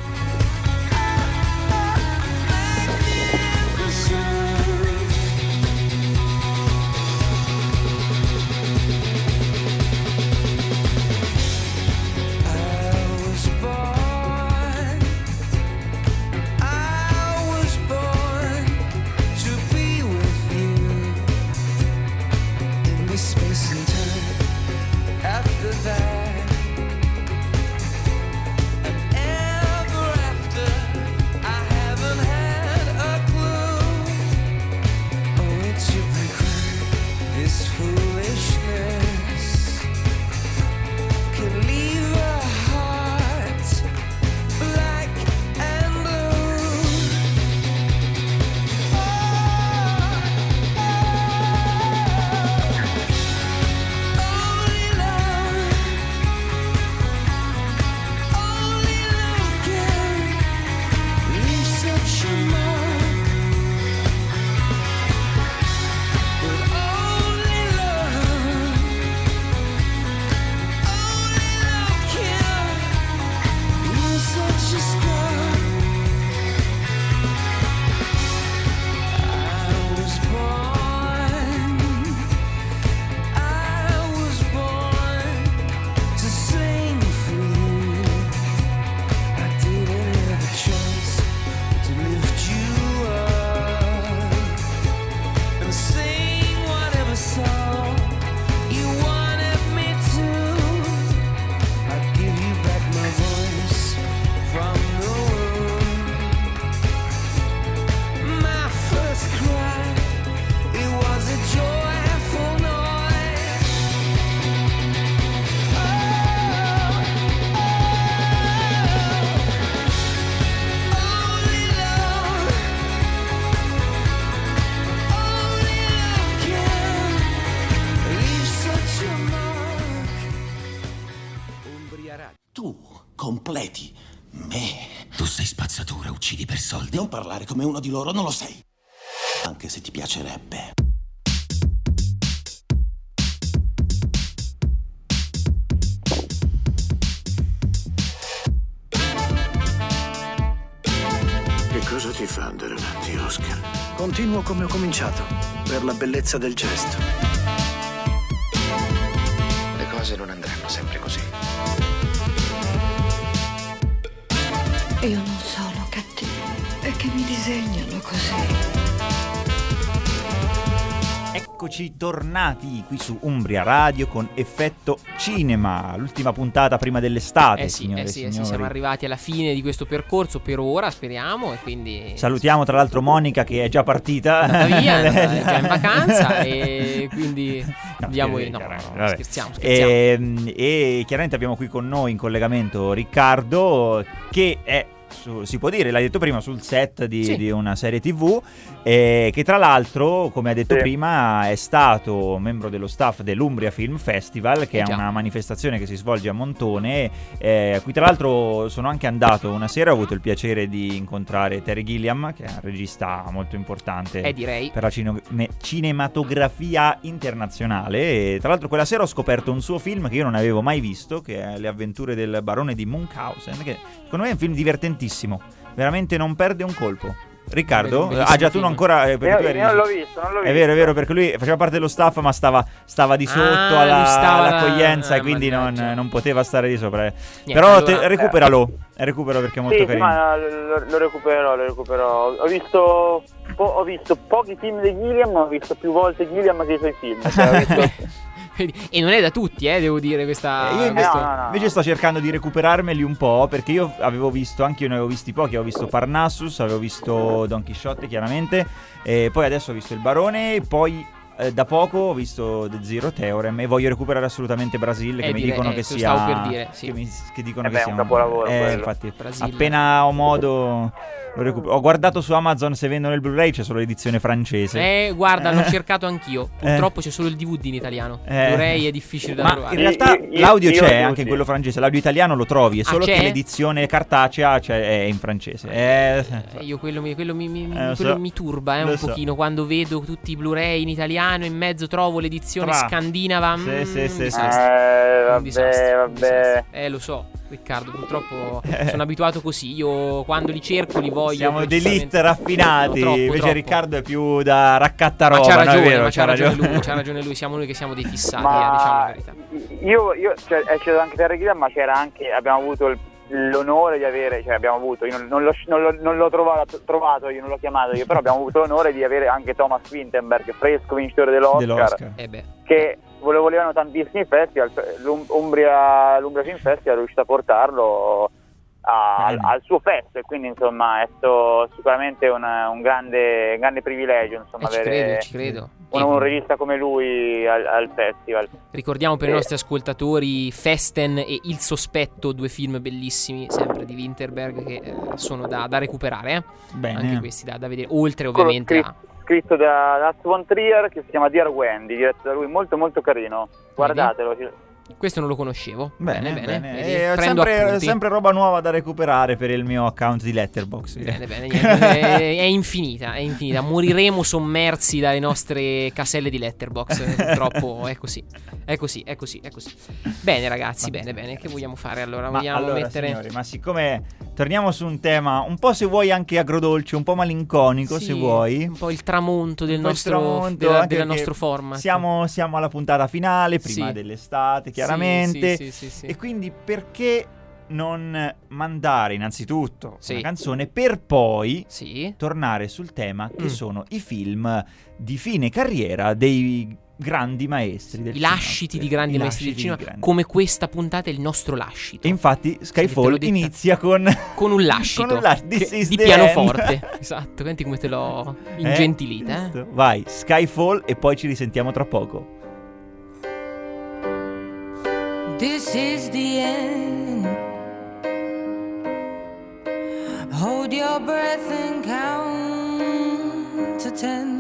Space and time after that, and ever completi. Me. Tu sei spazzatura, uccidi per soldi. Non parlare come uno di loro, non lo sei. Anche se ti piacerebbe. Che cosa ti fa andare avanti, Oscar? Continuo come ho cominciato, per la bellezza del gesto. Le cose non andranno sempre così. Io non sono cattiva, è che mi disegnano così. Eccoci tornati qui su Umbria Radio con Effetto Cinema, l'ultima puntata prima dell'estate, Eh sì, signore eh e sì, eh sì, signori. siamo arrivati alla fine di questo percorso per ora, speriamo, e quindi Salutiamo tra l'altro Monica che è già partita. è andata via, è andata- è già in vacanza e quindi No, diamo scherzi, no, chiaramente, no, vabbè. scherziamo, scherziamo. E, e chiaramente abbiamo qui con noi in collegamento Riccardo che è su- si può dire, l'hai detto prima, sul set di, Sì. di una serie tivù, eh, che tra l'altro, come ha detto Sì. prima, è stato membro dello staff dell'Umbria Film Festival, che Eh è già. una manifestazione che si svolge a Montone, eh, a cui tra l'altro sono anche andato una sera, ho avuto il piacere di incontrare Terry Gilliam, che è un regista molto importante Eh, direi. per la cine- me- cinematografia internazionale. E tra l'altro quella sera ho scoperto un suo film che io non avevo mai visto, che è Le avventure del barone di Munchausen, che secondo me è un film divertentissimo, veramente non perde un colpo. Riccardo? Bellissimo Ah già, tu film. non ancora eh, perché Io, tu eri- io non l'ho visto, non l'ho È visto. vero, è vero, perché lui faceva parte dello staff, ma stava, stava di sotto Ah, alla- lui stava- all'accoglienza ah, e quindi non, mannaggia. non poteva stare di sopra. Niente, Però allora- te- recuperalo, recupero perché è molto Sì, sì, carino. ma lo, lo recupererò, lo recupererò. Ho visto, po- ho visto pochi film di Gilliam, ma ho visto più volte Gilliam che i suoi film. Cioè, ho visto- E non è da tutti, eh, devo dire questa. Eh, io invece, no, no, no. invece sto cercando di recuperarmeli un po', perché io avevo visto, anche io ne avevo visti pochi, avevo visto Parnassus, avevo visto Don Chisciotte chiaramente, e poi adesso ho visto Il Barone, poi eh, da poco ho visto The Zero Theorem e voglio recuperare assolutamente Brasil, che Eh, mi direi, dicono eh, che te lo sia stavo per dire, sì. che, mi- che dicono Eh che beh, sia un capolavoro eh, quello. infatti Brasil. appena ho modo lo recupero. Ho guardato su Amazon se vendono il Blu-ray, c'è solo l'edizione francese. Eh, guarda, l'ho Eh. cercato anch'io. Purtroppo c'è solo il D V D in italiano. Eh. Blu-ray è difficile da Ma trovare. in realtà Io- io- l'audio io- c'è io anche sì. in quello francese, l'audio italiano lo trovi, è Ah, solo c'è? che l'edizione cartacea cioè, è in francese. Eh, Eh, io quello, mi, quello, mi, mi- Eh, lo quello so. mi turba eh, Lo un so. pochino quando vedo tutti i Blu-ray in italiano e in mezzo trovo l'edizione Tra. scandinava. Sì, mm, sì, un sì, disastro. Eh, Un vabbè, disastro, un disastro. vabbè. Eh, lo so, Riccardo, purtroppo sono abituato così. Io quando li cerco li voglio. siamo precisamente- d'elite raffinati, No, troppo, invece troppo. Riccardo è più da raccattaroba, Ma c'ha no, è ragione, vero, ma c'ha ragione ragione. lui, c'ha ragione lui, siamo noi che siamo dei fissati, eh, diciamo la Ma verità. io, io cioè, è stato anche Terry Gilliam, ma c'era anche, abbiamo avuto il- l'onore di avere, cioè abbiamo avuto, io non, non l'ho, non l'ho- non l'ho trovato, trovato, io non l'ho chiamato io, però abbiamo avuto l'onore di avere anche Thomas Winterberg, fresco vincitore dell'Oscar, Dell'Oscar. Eh beh. che lo volevano tantissimi festival, l'Um- Umbria, l'Umbria Film Festival è riuscito a portarlo a- al, Bene. al suo fest, e quindi insomma è stato sicuramente un, un grande, grande privilegio insomma Eh, ci avere credo, ci credo. un, E un regista come lui al, al festival. ricordiamo per i Eh. nostri ascoltatori Festen e Il Sospetto, due film bellissimi, sempre di Winterberg, che eh, sono da, da recuperare, eh. Bene. Anche questi da, da vedere, oltre Quello ovviamente a... scritto, scritto da Lars von Trier, che si chiama Dear Wendy, diretto da lui, molto molto carino, guardatelo. Questo non lo conoscevo. Bene, Bene, bene. bene. Vedi, Eh, ho prendo sempre, appunti. sempre roba nuova da recuperare per il mio account di Letterboxd. Bene, bene, niente, è, è infinita, è infinita. Moriremo sommersi dalle nostre caselle di Letterboxd. Purtroppo è così. È così, è così, è così. Bene, ragazzi, bene, bene. Che vogliamo fare allora? Ma Vogliamo allora, mettere. signori, ma siccome torniamo su un tema un po', se vuoi, anche agrodolce, un po' malinconico, Sì, se vuoi. un po' il tramonto del Un po' il nostro, tramonto, della, anche del perché nostro format. Siamo, siamo alla puntata finale, prima Sì. dell'estate, Sì, chiaramente. sì, sì, sì, sì. E quindi perché non mandare innanzitutto Sì. una canzone per poi Sì. tornare sul tema che Mm. sono i film di fine carriera dei grandi maestri del I cinema. lasciti di grandi I maestri del lasciti cinema, di grandi. come questa puntata è il nostro lascito. E infatti te Skyfall l'ho detta. inizia con Con un lascito con un las- This che- is di the pianoforte. end. Esatto, senti come te l'ho Eh, ingentilita. Eh? giusto. Vai, Skyfall e poi ci risentiamo tra poco. This is the end. Hold your breath and count to ten.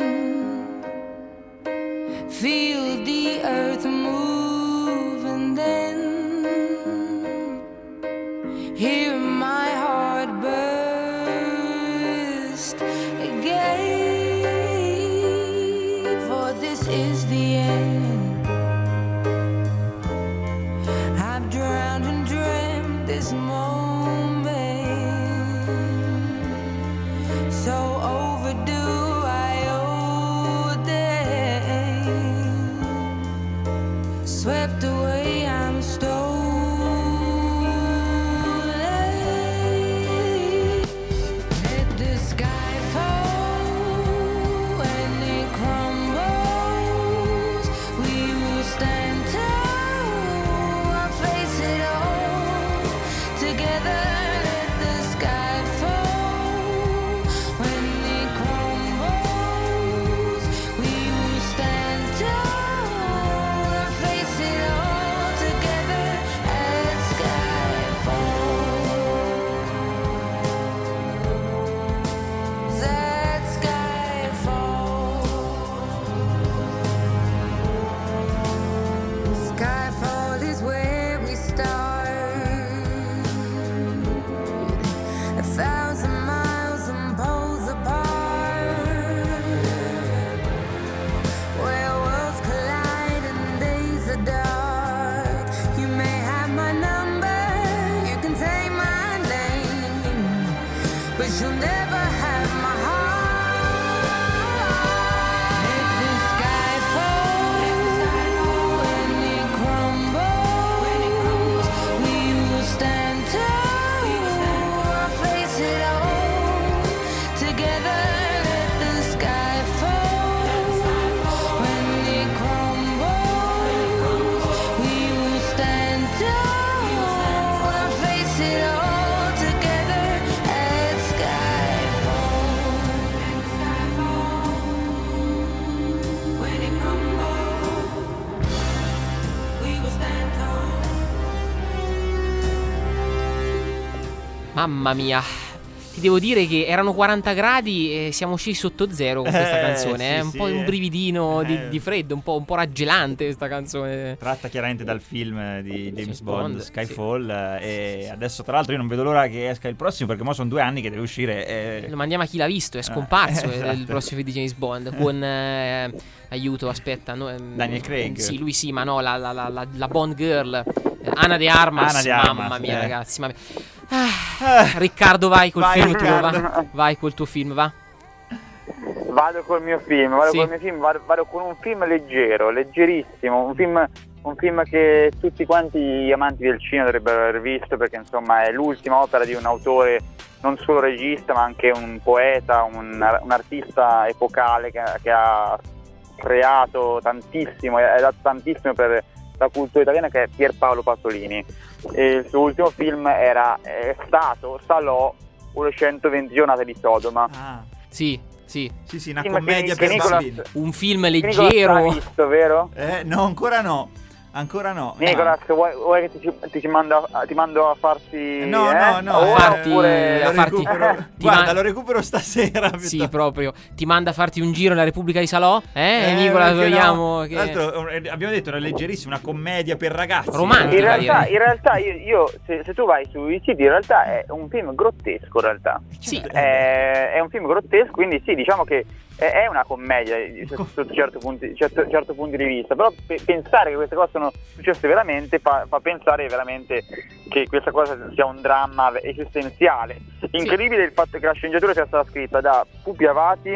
Feel the earth move and then hear is the end. I've drowned and dreamt this moment, so overdue I owe them. Swept away, I'm stolen. Let the sky fall when it crumbles. We will stand tall, I'll face it all together. Let the sky fall when it crumbles. We will stand tall, I'll face it all together. Let sky fall. That sky fall. Skyfall is where we start. A thousand miles and poles apart, where worlds collide and days are dark. You may have my number, you can take my name, but you'll never have my heart. Let the sky fall when it crumbles. We will stand tall, I'll face it all together. Let the sky fall when it crumbles. We will stand tall, I'll face it all together. Let sky fall. When it crumbles, we will stand tall. Mamma mia, ti devo dire che erano quaranta gradi e siamo scesi sotto zero con questa Eh, canzone. sì, È un sì, po' eh. un brividino Eh. di, di freddo, un po', un po' raggelante questa canzone. Tratta chiaramente dal film di James Bond, Bond, Skyfall, eh, e adesso tra l'altro io non vedo l'ora che esca il prossimo, perché mo sono due anni che deve uscire. eh. Lo mandiamo a chi l'ha visto, è scomparso. Eh, È il esatto. prossimo film di James Bond con eh, aiuto, aspetta, no, ehm, Daniel Craig. Sì, lui sì, ma no, la, la, la, la- la Bond Girl, eh, Ana de Armas. Ana de Mamma Armas, mia, eh. ragazzi, mamma mia. Ah, Riccardo, vai col Vai, film tuo, Riccardo. va. Vai col tuo film, va. Vado col mio film, vado Sì. col mio film, vado, vado con un film leggero, leggerissimo, un film, un film che tutti quanti gli amanti del cinema dovrebbero aver visto, perché insomma è l'ultima opera di un autore, non solo regista ma anche un poeta, un, un artista epocale che, che ha creato tantissimo, ha dato tantissimo per la cultura italiana, che è Pierpaolo Pasolini. E il suo ultimo film era, è stato Salò o le centoventi giornate di Sodoma. Ah, Sì, sì. sì, sì, una Sì, ma commedia che- per che Nicolas- bambini. Un film Nicolas leggero. l'ha visto, vero? Eh, no, ancora no. Ancora no. Nicolas, vuoi, vuoi che ti, ci- ti, ci mando, a- ti mando a farti... No, eh? no, no, Ora, eh, farti- oppure- lo a farti- recupero- ti guarda, man- lo recupero stasera. Sì, piuttosto. proprio. Ti manda a farti un giro nella Repubblica di Salò? Eh, Eh, Nicola, perché vogliamo no? che... Tra l'altro, eh, abbiamo detto una leggerissima, una commedia per ragazzi. Romantica. In realtà, direi. in realtà io, io se, se tu vai sui siti, in realtà è un film grottesco, in realtà. Sì. È, è un film grottesco, quindi sì, diciamo che è, è una commedia eh, sotto certi punti, certo, certo punti di vista, però pe- pensare che queste cose sono successe veramente fa, fa pensare veramente che questa cosa sia un dramma esistenziale. Incredibile il fatto che la sceneggiatura sia stata scritta da Pupi Avati,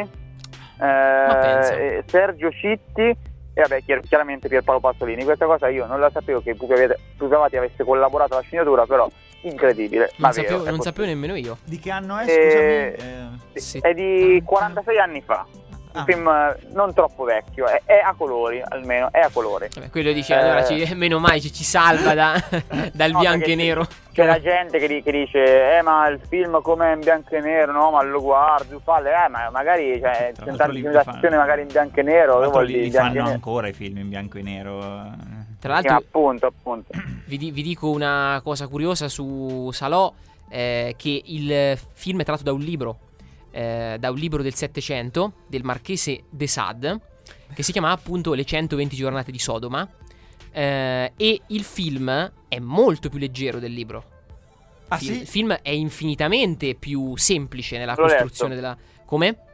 pensa. eh, eh, Sergio Citti e vabbè, chiar- chiaramente Pierpaolo Pasolini. Questa cosa io non la sapevo che Pupi Avati, Pupi Avati avesse collaborato alla sceneggiatura, però incredibile. Non, ma sapevo, vero, è non così. sapevo nemmeno io. Di che anno è, Eh, scusami? Eh, Sì. È di quarantasei anni fa. Un Ah. film eh, non troppo vecchio, è, è a colori almeno, è a colori. Vabbè, quello dice, Eh. allora ci, meno mai ci, ci salva da, dal No, bianco perché e nero. C'è la gente che, di- che dice, eh ma il film com'è in bianco e nero, no ma lo guardo, falle, eh ma magari cioè, Tra c'è l'altro tanti li film d'azione fanno. magari in bianco e nero, Tra che l'altro vuol li, dire li in bianco e fanno nero? ancora i film in bianco e nero. Tra Sì, l'altro, appunto, appunto. vi, di- vi dico una cosa curiosa su Salò, eh, che il film è tratto da un libro, eh, da un libro del Settecento del marchese de Sade, che si chiama appunto Le centoventi giornate di Sodoma, eh, e il film è molto più leggero del libro. Ah, Film- sì? Il film è infinitamente più semplice nella L'ho letto. costruzione della... Come?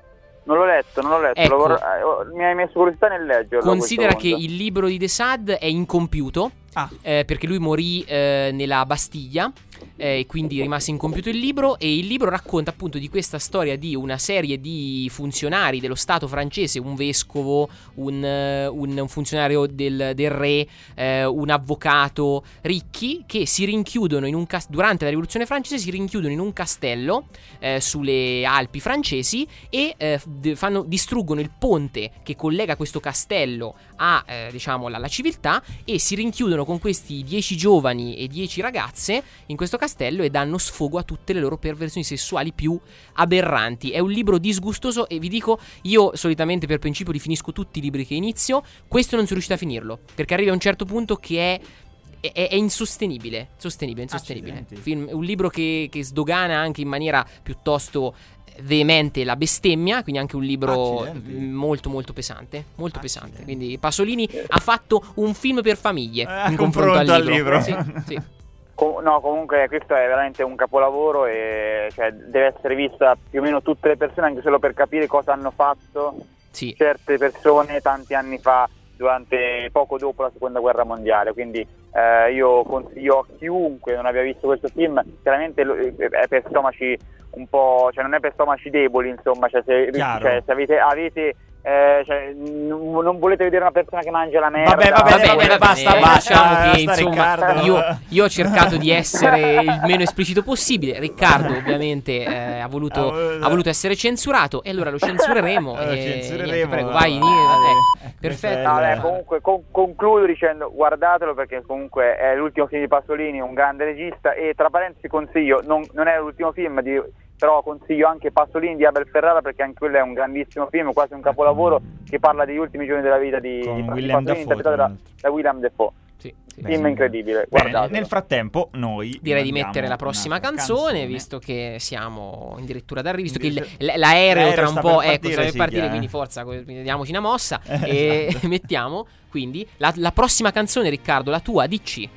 Non l'ho letto, non l'ho letto. Ecco. Lo vorrei- eh, mi hai messo curiosità nel leggerlo. a Considera questo che punto. il libro di De Sade è incompiuto, Ah. eh, perché lui morì eh, nella Bastiglia, eh, e quindi rimase incompiuto il libro. E il libro racconta appunto di questa storia di una serie di funzionari dello Stato francese, un vescovo, un, eh, un- un funzionario del, del re, eh, un avvocato, ricchi, che si rinchiudono in un cas- durante la rivoluzione francese si rinchiudono in un castello eh, sulle Alpi francesi e eh, d- fanno, distruggono il ponte che collega questo castello a eh, diciamo la, la civiltà, e si rinchiudono con questi dieci giovani e dieci ragazze in questo castello e danno sfogo a tutte le loro perversioni sessuali più aberranti. È un libro disgustoso e vi dico, io solitamente per principio li finisco tutti i libri che inizio. Questo non sono riuscito a finirlo, perché arriva a un certo punto che è È, è insostenibile, sostenibile, insostenibile. Film, un libro che, che sdogana anche in maniera piuttosto veemente la bestemmia, quindi anche un libro Accidenti. m- molto molto pesante, molto pesante. Quindi Pasolini ha fatto un film per famiglie Eh, in confronto al confronto libro. al libro. Sì, sì. Com- no, comunque questo è veramente un capolavoro e cioè, deve essere vista più o meno tutte le persone, anche solo per capire cosa hanno fatto Sì. certe persone tanti anni fa, durante poco dopo la seconda guerra mondiale. Quindi eh, io consiglio a chiunque non abbia visto questo film, chiaramente lo- è per stomaci un po', cioè non è per stomaci deboli, insomma, cioè se, Chiaro. cioè, se avete, avete eh, cioè, n- non volete vedere una persona che mangia la merda. Vabbè, va bene, va bene, eh, basta, eh, basta, diciamo che basta, insomma Riccardo. io, io ho cercato di essere il meno esplicito possibile. Riccardo ovviamente eh, ha, voluto, ha voluto essere censurato e allora lo censureremo. Eh, e censureremo, niente, prego, va. vai, di- Eh, eh, perfetto. No, vabbè, comunque con- concludo dicendo guardatelo, perché comunque è l'ultimo film di Pasolini, un grande regista, e tra parentesi consiglio, non, non è l'ultimo film di, però consiglio anche Pasolini di Abel Ferrara, perché anche quello è un grandissimo film, quasi un capolavoro, che parla degli ultimi giorni della vita di, Con di Willem Pasolini, Dafoe, interpretato tra da, da Willem Dafoe. Sì, sì. Film Bene. incredibile, Bene, guardatelo. nel frattempo noi Direi di mandiamo mettere la prossima una canzone, visto che siamo addirittura d'arrivo, visto che il- Addirittura- l- l'aereo L'aereo tra un sta po' per ecco, partire, sta per sì, partire, che- quindi forza, que- diamoci una mossa Eh, e esatto. mettiamo quindi la, la prossima canzone, Riccardo, la tua, D C.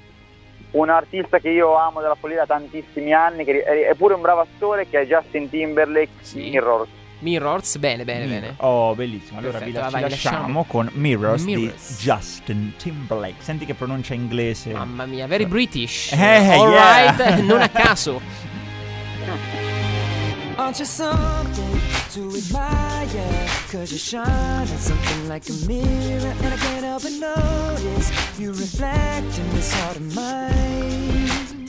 Un artista che io amo della follia da tantissimi anni, che è è pure un bravo attore, che è Justin Timberlake, Sì. Mirrors. Mirrors, bene, bene, bene. Oh, bellissimo. Allora Perfetto, vi, la- vai, ci vi lasciamo, lasciamo. con Mirrors, Mirrors. di Justin Timberlake. Senti che pronuncia inglese. Mamma mia, very British. Eh, All yeah. right, non a caso. Aren't you something to admire? Cause you shine at something like a mirror, and I can't help but notice you reflect in this heart of mine.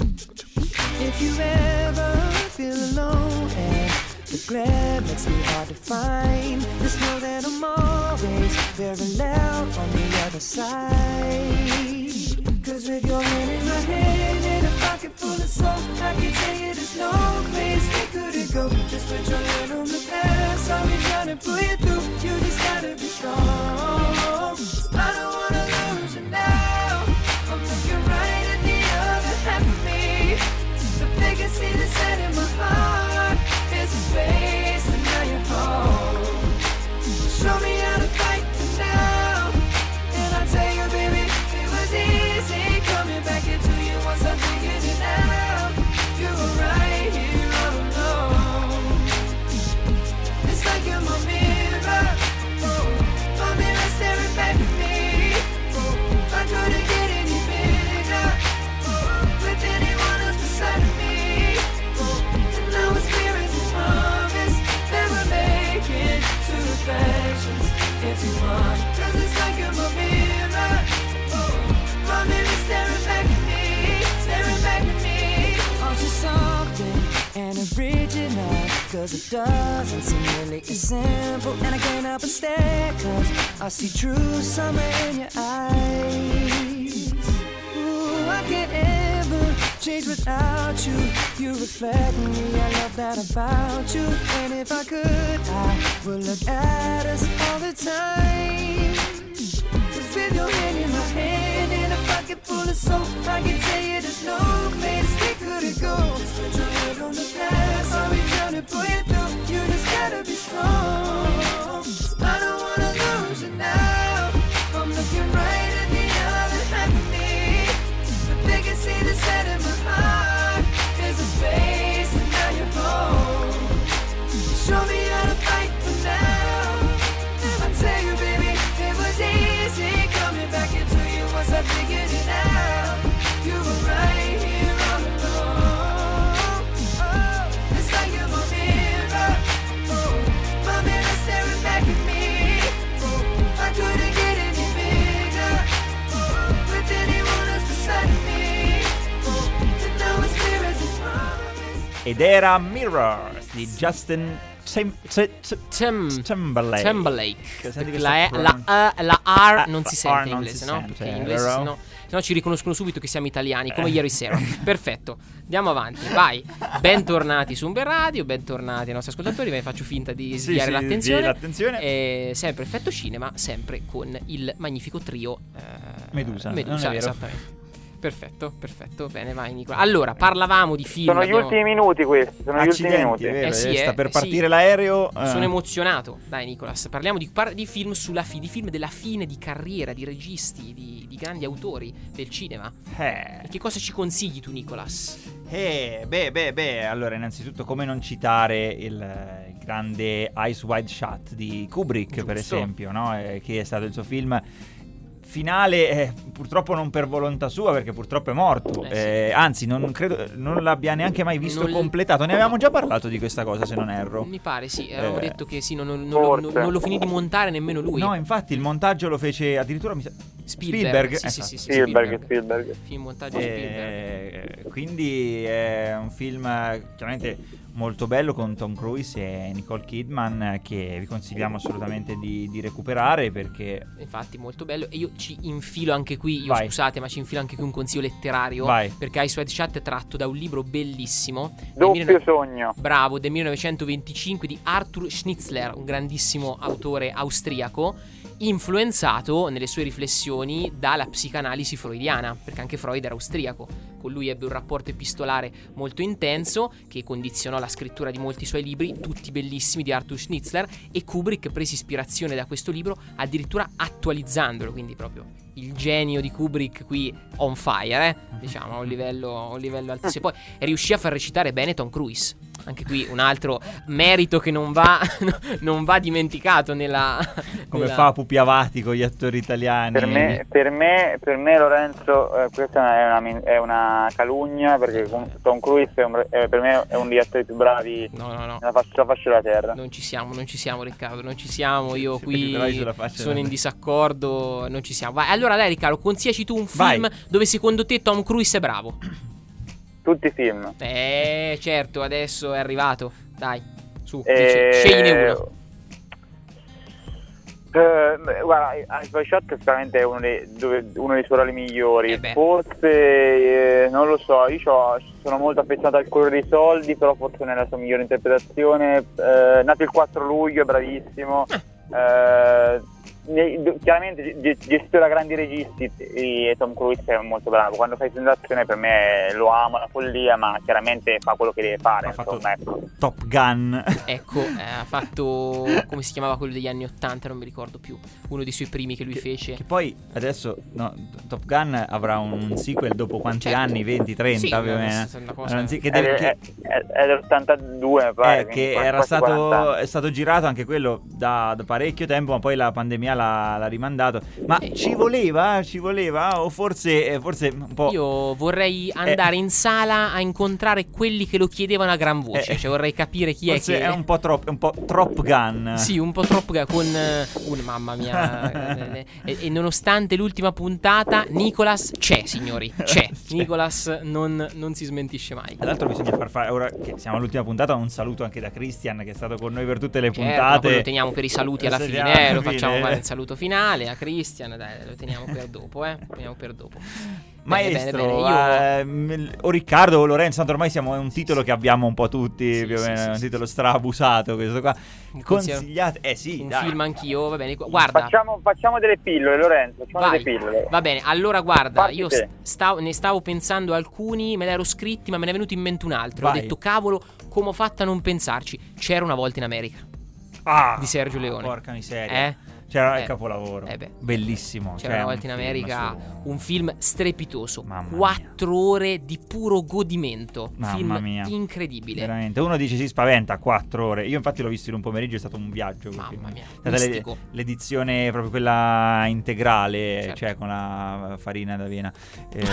If you ever feel alone and the glare makes me hard to find, just know that I'm always very loud on the other side. Cause with your hand in my hand and a pocket full of soul, I can tell you there's no place we couldn't go. Just put your hand on the past, I'll be trying to pull you through. You just gotta be strong. I don't wanna lose you now. I'm looking right at the other half of me. The vacancy that's set in my heart is a space and now you're home. Show me how to fight for now, and I'll tell you, baby, it was easy coming back into you once I figured it out. You were right here all alone. It's like you're my mirror, oh, my mirror staring back at me. Oh, I couldn't get any bigger, oh, with anyone else beside of me. Oh, and now it's clear as this promise that we're making two reflections into one. Cause it's like you're my mirror, oh, my mirror staring back at me, staring back at me. Aren't you something and original? Cause it doesn't seem really as simple, and I can't help but stare, cause I see true summer in your eyes. Ooh, I can't ever change without you. You reflect me, I love that about you. And if I could, I would look at us all the time. Cause with your hand in my hand and a pocket full of soap, I can tell you there's no place we couldn't go. Just put your head on the past, I'll be trying to pull you through. You just gotta be strong. I don't wanna lose you now. I'm looking right at the other half of me. The vacancy that's set in my heart is a space, and now you're home. Show me how to fight ed era Mirrors di Justin Tim- Tim- Tim- Timberlake. Timberlake. Senti La, E- questa la, E- la R Ah, non la si sente R in non inglese, si no? sente, Perché in inglese vero? sennò, sennò ci riconoscono subito che siamo italiani, come ieri sera. Perfetto, andiamo avanti, vai. Bentornati su Umber Radio, bentornati ai nostri ascoltatori. Vi faccio finta di Sì, sviare sì, l'attenzione. svii l'attenzione. E sempre Effetto Cinema, sempre con il magnifico trio eh, Medusa, non Medusa, è vero. esattamente. Perfetto, perfetto, bene, vai Nicola. Allora, parlavamo di film. Sono gli abbiamo- ultimi minuti questi, sono gli ultimi Accidenti, minuti. è vero, Eh sì, eh, sta eh, per sì. partire l'aereo. eh. Sono emozionato. Dai, Nicolas, parliamo di, par- di film sulla fi- di film della fine di carriera, di registi, di, di grandi autori del cinema. Eh. E che cosa ci consigli tu, Nicolas? Eh, beh, beh, beh, allora innanzitutto come non citare il, il grande Eyes Wide Shut di Kubrick, per Giusto. esempio, no? Eh, che è stato il suo film finale, eh, purtroppo non per volontà sua, perché purtroppo è morto. Eh, sì. Eh, anzi, non credo non l'abbia neanche mai visto Non l- completato. Ne avevamo già parlato di questa cosa, se non erro. Mi pare, sì. Avevamo Eh. detto che sì, non, non- non lo- non- non lo finì di montare nemmeno lui. No, infatti il montaggio lo fece addirittura mi sa- Spielberg. Sì, sì, esatto. sì, sì, Spielberg, Spielberg. Film montaggio Spielberg. Eh, quindi è un film eh, chiaramente molto bello con Tom Cruise e Nicole Kidman, eh, che vi consigliamo assolutamente di, di recuperare, perché Infatti, molto bello. E io ci infilo anche qui. Io Vai. scusate, ma ci infilo anche qui un consiglio letterario. Vai. Perché Eyes Wide Shut è tratto da un libro bellissimo. del Doppio mille- sogno. Bravo, del millenovecentoventicinque di Arthur Schnitzler, un grandissimo autore austriaco, influenzato nelle sue riflessioni dalla psicanalisi freudiana, perché anche Freud era austriaco. Con lui ebbe un rapporto epistolare molto intenso che condizionò la scrittura di molti suoi libri, tutti bellissimi, di Arthur Schnitzler, e Kubrick prese ispirazione da questo libro, addirittura attualizzandolo, quindi proprio il genio di Kubrick qui on fire, eh? Diciamo, a un livello, a un livello altissimo. Poi riuscì a far recitare bene Tom Cruise. Anche qui un altro merito che non va, non va dimenticato nella... come nella- fa Pupi Avati con gli attori italiani. Per me, per me, per me Lorenzo, eh, questa è una, min- è una calunnia, perché con- Tom Cruise è un- è- per me è uno degli attori più bravi No, no, no. nella faccia, sulla faccia della terra. Non ci siamo, non ci siamo Riccardo, non ci siamo, io Sì, perché però io qui sulla faccia sono non- in disaccordo, non ci siamo. Vai, allora dai Riccardo, consigliaci tu un Vai. film dove secondo te Tom Cruise è bravo. Tutti i film. Eh, certo, adesso è arrivato. Dai, su, Eh, dice, scegliene uno. Eh, beh, guarda, Eyes Wide Shut è sicuramente uno dei, dove- uno dei suoi ruoli migliori. Eh beh. Forse, eh, non lo so, io c'ho- sono molto affezionato al Colore dei Soldi, però forse nella sua migliore interpretazione. Eh, nato il quattro luglio, è bravissimo. Eh, ne- d- chiaramente ge- gestito da grandi registi, e Tom Cruise è molto bravo. Quando fai Sensazione, per me lo amo, la follia, ma chiaramente fa quello che deve fare. Ha fatto Insomma, ecco. Top Gun. Ecco, eh, ha fatto, come si chiamava quello degli anni ottanta, non mi ricordo più. Uno dei suoi primi che lui fece. Che poi adesso no, Top Gun avrà un sequel dopo quanti Certo. anni? venti trenta Sì, più o no, meno. è una cosa- Non si- che È, deve- è, che- è- è dell'ottantadue, mi pare. Eh, quindi che quasi era quaranta stato, anni. è stato girato anche quello da, da parecchio tempo, ma poi la pandemia l'ha, l'ha rimandato. Ma Eh. ci voleva? Ci voleva? O forse, eh, forse un po'. Io vorrei andare in sala a incontrare quelli che lo chiedevano a gran voce. Eh, cioè, vorrei capire chi è forse che. è un po' troppo, un po' Trop Gun. Sì, un po' troppo ga- con eh, un mamma mia. eh, e, e nonostante l'ultima puntata, Nicolas c'è, signori. C'è. Nicolas non, non si smentisce mai. Tra l'altro bisogna far fare, ora che siamo all'ultima puntata, un saluto anche da Christian che è stato con noi per tutte le Certo, ma puntate. poi lo teniamo per i saluti alla Lo fine, teniamo eh, alla lo facciamo fine. fare il saluto finale a Christian, dai, lo teniamo per dopo, eh. Lo teniamo per dopo. Maestro, bene, bene, bene. ehm, o Riccardo o Lorenzo, tanto ormai siamo, è un titolo che abbiamo un po' tutti, Sì, più o sì, meno, sì, è un sì, titolo sì. straabusato questo qua. Un consiglio- Consigliate, eh sì, un dai. film anch'io, va bene. Guarda, Facciamo, facciamo delle pillole, Lorenzo. Facciamo vai. delle pillole. Va bene, allora guarda, Parti io te. stavo, ne stavo pensando alcuni, me l'ero scritti, ma me ne è venuto in mente un altro. Vai. Ho detto, cavolo, come ho fatto a non pensarci? C'era una volta in America, Ah, di Sergio Leone. porca miseria. Eh? C'era Eh. il capolavoro. Eh beh. Bellissimo. C'era cioè, una un volta in film America su- un film strepitoso. Mamma mia. Quattro ore di puro godimento. Mamma film mia. incredibile. Veramente. Uno dice si spaventa, quattro ore. Io infatti l'ho visto in un pomeriggio, è stato un viaggio. quel Mamma film. mia, È stata le- mistico. l'edizione proprio quella integrale, Certo. cioè con la farina d'avena. Eh,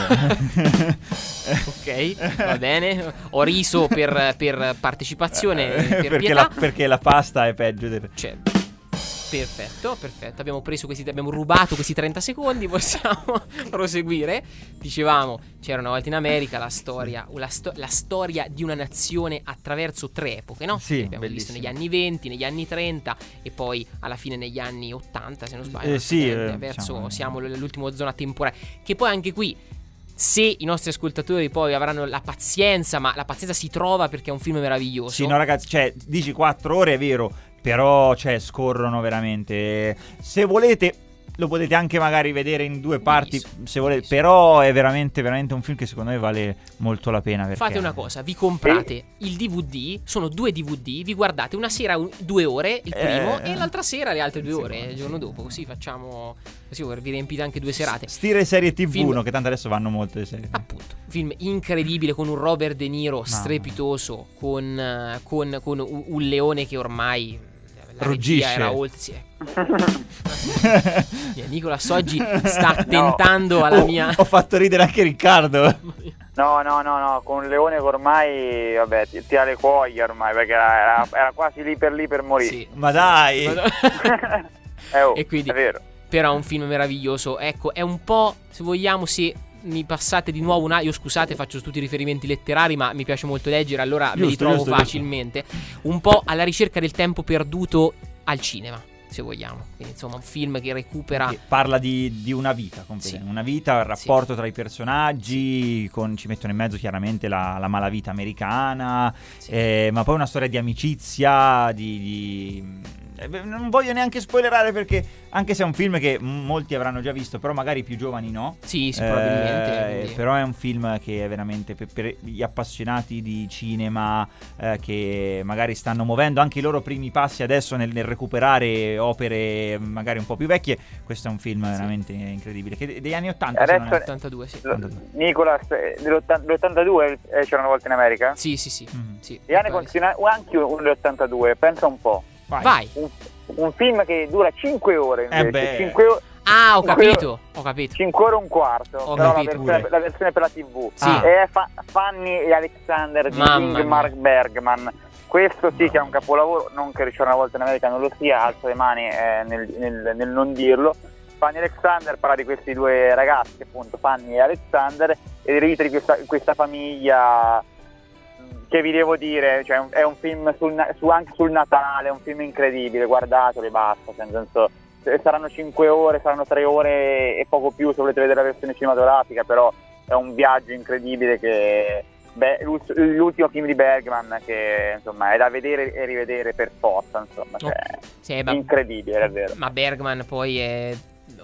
Ok, va bene. Ho riso per, per partecipazione, per perché, pietà. la, perché la pasta è peggio del... Cioè, Perfetto, perfetto. Abbiamo preso questi, abbiamo rubato questi trenta secondi, possiamo proseguire. Dicevamo, c'era una volta in America la storia, la, sto- la storia di una nazione attraverso tre epoche, no? Sì, abbiamo bellissimo. visto negli anni venti, negli anni trenta e poi alla fine negli anni ottanta, se non sbaglio. Eh, sì, eh, eh, verso, diciamo, siamo all'ultima zona temporale. Che poi anche qui, se i nostri ascoltatori poi avranno la pazienza, ma la pazienza si trova perché è un film meraviglioso. Sì, no ragazzi, cioè, dici quattro ore, è vero, però, cioè, scorrono veramente. Se volete, lo potete anche magari vedere in due parti, Benissimo, se volete, benissimo. però è veramente, veramente un film che secondo me vale molto la pena. Perché... Fate una cosa, vi comprate il D V D, sono due D V D, vi guardate una sera un- due ore, il primo, Eh, e l'altra sera le altre due sì, ore, il giorno dopo, così facciamo, così vi riempite anche due serate. Stile serie tivù, Film- no? Che tanto adesso vanno molto le serie. Appunto, film incredibile con un Robert De Niro strepitoso, con, eh, con, con un, un leone che ormai la Ruggisce. regia era oltre, sì, eh, Nicola Soggi sta attentando alla Oh, mia. Ho fatto ridere anche Riccardo. No, no, no, no, con un leone che ormai, vabbè, ti- tira le cuoia ormai, perché era, era- era quasi lì per lì per morire. Sì. Ma dai. Eh, oh, E quindi, è vero. però è un film meraviglioso. Ecco, è un po', se vogliamo, se mi passate di nuovo una... Io scusate, faccio tutti i riferimenti letterari, ma mi piace molto leggere, allora me li Giusto, trovo giusto, facilmente. Un po' alla ricerca del tempo perduto al cinema, se vogliamo. Quindi insomma un film che recupera... Che parla di, di una vita completa, Sì. una vita, il rapporto tra i personaggi, con, ci mettono in mezzo chiaramente la, la malavita americana, Sì. eh, ma poi una storia di amicizia, di... di- eh, beh, non voglio neanche spoilerare perché, anche se è un film che m- molti avranno già visto, però magari i più giovani no. Sì, sì, Eh, probabilmente. quindi- però è un film che è veramente per, per gli appassionati di cinema, eh, che magari stanno muovendo anche i loro primi passi adesso nel, nel recuperare opere magari un po' più vecchie. Questo è un film veramente incredibile, che degli anni ottanta. se non Adesso- è- ottantadue, sì. Lo- Nicolas, eh, dell'otta- dell'ottantadue eh, c'era una volta in America? Sì, sì, sì. Mhm. sì E anni mi pare, sì. continua- anche uno dell'ottantadue, pensa un po'. Vai. Vai. Un, un film che dura cinque ore invece, Eh beh. cinque ore, Ah, ho cinque capito, ho capito. cinque ore e un quarto, Ho però la capito versione, pure. la versione per la tivù. Sì. È Fa- Fanny e Alexander di Mamma Ingmar Bergman. Questo sì che è un capolavoro, non che C'era una volta in America non lo sia, alzo le mani eh, nel, nel- nel non dirlo. Fanny e Alexander parla di questi due ragazzi, appunto Fanny e Alexander, e ritriti di questa, questa famiglia. Che vi devo dire, cioè, è un film sul, na- su, anche sul Natale, è un film incredibile, guardatelo e basta, cioè, nel senso, eh, saranno cinque ore, saranno tre ore e poco più se volete vedere la versione cinematografica, però è un viaggio incredibile che, beh, l'ult- l'ultimo film di Bergman che insomma è da vedere e rivedere per forza, insomma, cioè, Sì, ma- incredibile, davvero. Ma Bergman poi è...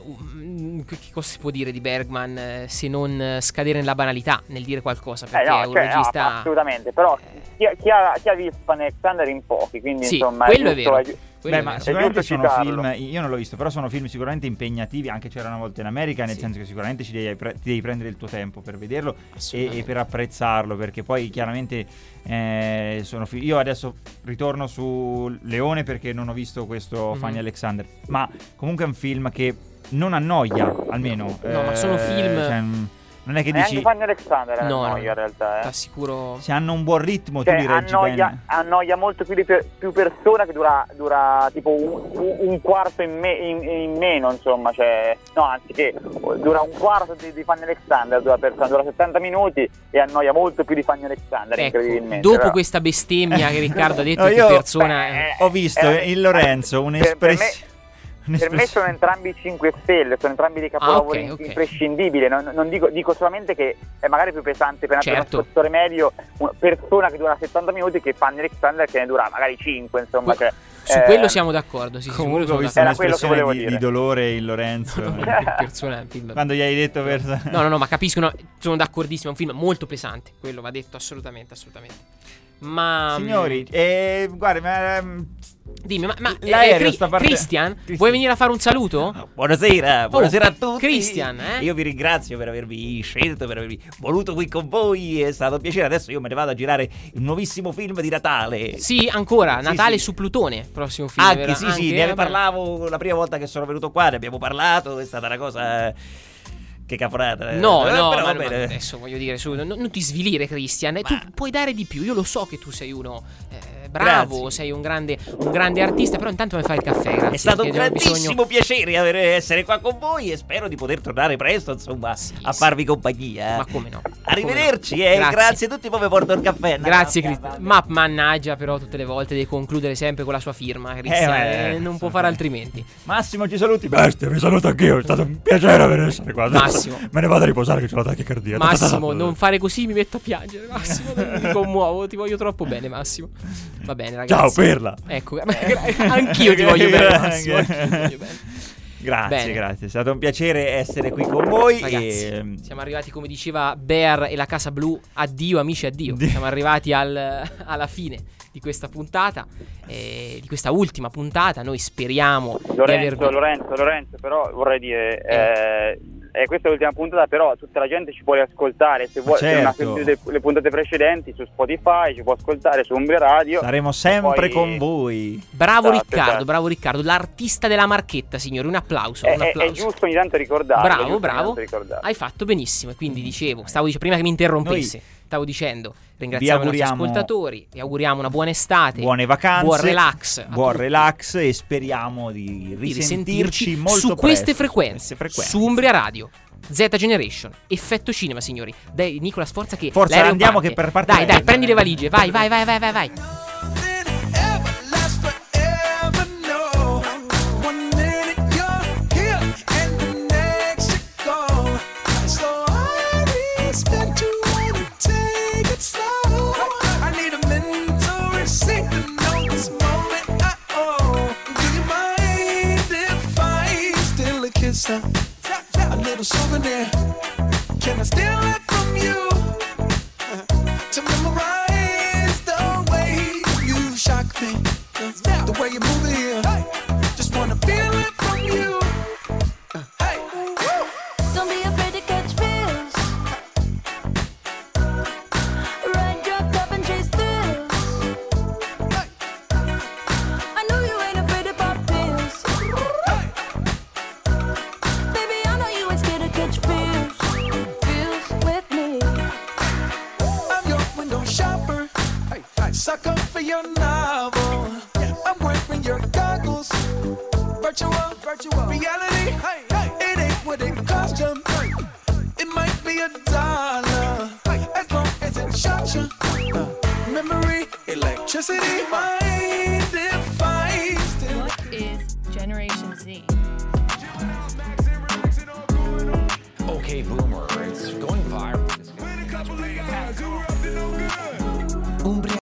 mm, Che cosa si può dire di Bergman eh, se non eh, scadere nella banalità nel dire qualcosa? Eh, Perché no, è un cioè, no, regista... assolutamente, però chi, ha- chi ha, chi ha visto Fanny e Alexander in pochi, quindi Sì, insomma quello è giusto- vero. giu- Quello Beh, è ma vero. sicuramente giusto sono citarlo. film, io non l'ho visto, però sono film sicuramente impegnativi, anche C'era una volta in America, nel Sì. senso che sicuramente ci devi, pre- ti devi prendere il tuo tempo per vederlo e, Assolutamente. e per apprezzarlo, perché poi chiaramente eh, sono fi- io adesso ritorno su Leone perché non ho visto questo Mhm. Fanny Alexander, ma comunque è un film che non annoia, almeno. No, ma sono film- cioè, mm, non è che Neanche dici Fanny e Alexander No, annoia no. in realtà, eh. T'assicuro... se hanno un buon ritmo Cioè, tu li reggi annoia, bene. annoia molto più di per- più persona, che dura, dura tipo un, un- un quarto in, me- in- in meno, insomma, cioè, no, anziché dura un quarto di, di Fanny Alexander, dura, persona, dura settanta minuti e annoia molto più di Fanny Alexander, Ecco, incredibilmente. dopo però. questa bestemmia che Riccardo ha detto, No, che io- persona... Beh, Ho visto eh, in Lorenzo per- per me- un'espressione Per me sono entrambi cinque stelle, sono entrambi dei capolavori Ah, ok, ok. imprescindibili. Non, non dico, dico solamente che è magari più pesante per, per Certo. uno spettatore medio, una persona che dura settanta minuti, che Fanny Alexander che ne dura magari cinque, insomma. Que- Cioè, Su eh, quello siamo d'accordo, sì, sì, su Comunque ho quello visto sono Era quello che un'espressione volevo di, dire. di dolore in Lorenzo d'accordo. Per persona, un film- quando gli hai detto per... No, no, no, ma capisco, no, sono d'accordissimo, è un film molto pesante, quello va detto assolutamente, assolutamente. Ma... Signori, eh, guarda, ma, ehm, Dimmi, ma, ma l'aereo eh, Cri- sta partendo. Christian, Christian. vuoi venire a fare un saluto? buonasera, buonasera a tutti. Christian, eh? Io vi ringrazio per avervi scelto, per avervi voluto qui con voi, è stato un piacere. Adesso io me ne vado a girare un nuovissimo film di Natale. Sì, ancora, Sì, Natale sì. su Plutone, prossimo film. Anche, vero? sì, sì, Anche, ne vabbè. parlavo la prima volta che sono venuto qua, ne abbiamo parlato, è stata una cosa che cafonata. No, eh, no, però ma, va ma bene. adesso voglio dire, su, non, non ti svilire, Christian. Ma... tu puoi dare di più. Io lo so che tu sei uno eh, bravo, Grazie. sei un grande, un grande artista, però intanto mi fai il caffè, grazie. È stato un perché abbiamo grandissimo bisogno... piacere avere, essere qua con voi e spero di poter tornare presto, insomma, Sì, a sì. farvi compagnia. Ma come no? Arrivederci, Come no? eh. Grazie. Grazie a tutti, poi vi porto il caffè. Grazie, No, Christian. Ma mannaggia, però tutte le volte devi concludere sempre con la sua firma, Christian. Eh, eh, non può fare altrimenti. Massimo, ci saluti. Bestia, vi saluto anch'io. È stato un piacere avere essere qua. Massimo. Me ne vado a riposare che ho la tachicardia. Massimo, non fare così, mi metto a piangere. Massimo, non mi commuovo, ti voglio troppo bene, Massimo. Va bene, ragazzi. Ciao, Perla. Ecco, anch'io ti voglio bene, Massimo. Anch'io ti voglio bene. Grazie, Bene. grazie. È stato un piacere essere qui con voi. Ragazzi, e... siamo arrivati, come diceva Bear e la Casa Blu, addio amici, addio. Siamo arrivati al, alla fine di questa puntata, eh, di questa ultima puntata. Noi speriamo di Lorenzo, avervi... Lorenzo, Lorenzo, però vorrei dire, eh, eh, questa è l'ultima puntata, però tutta la gente ci può riascoltare, se vuole, se non ha Certo. sentito le, le puntate precedenti su Spotify, ci può ascoltare su Umbria Radio. Saremo sempre Poi- con voi. Bravo Esatto, Riccardo, esatto. l'artista Riccardo, l'artista della marchetta, signori. Un applauso, È, un è- applauso. è giusto ogni tanto ricordarlo. è Bravo, giusto ogni bravo. tanto ricordarlo. Hai fatto benissimo. E quindi dicevo, stavo dicendo, prima che mi interrompessi, stavo dicendo, ringraziamo i nostri auguriamo- ascoltatori, vi auguriamo una buona estate, Buone vacanze. buon relax, a Buon tutti. relax e speriamo di Di risentirci risentirci molto su queste presto. frequenze, Queste frequenze. su Umbria Radio. Z Generation, Effetto Cinema, signori. Dai, Nicola, sforza che Forza, l'aereo andiamo parte. che per parte Dai, l'aereo. dai, prendi le valigie, vai, vai, vai, vai, vai, vai. A little souvenir. Can I steal it from you? To memorize the way you shock me, the way you move it here. Just wanna feel it from you. Hey, Don't be afraid to catch feels. Ride your cup and chase thrills. I know you ain't afraid to pop pills. Baby, I know you ain't scared to catch feels. Feels with me. I'm your window shopper. Hey, hey, sucker for your novel. I'm wearing your goggles. Virtual, virtual reality. Hey, hey, it ain't what it cost you. It might be a dollar, as long as it shot you. Uh, memory, electricity, mind device. What is Generation Z? Okay, Boomer, it's going viral. Umbria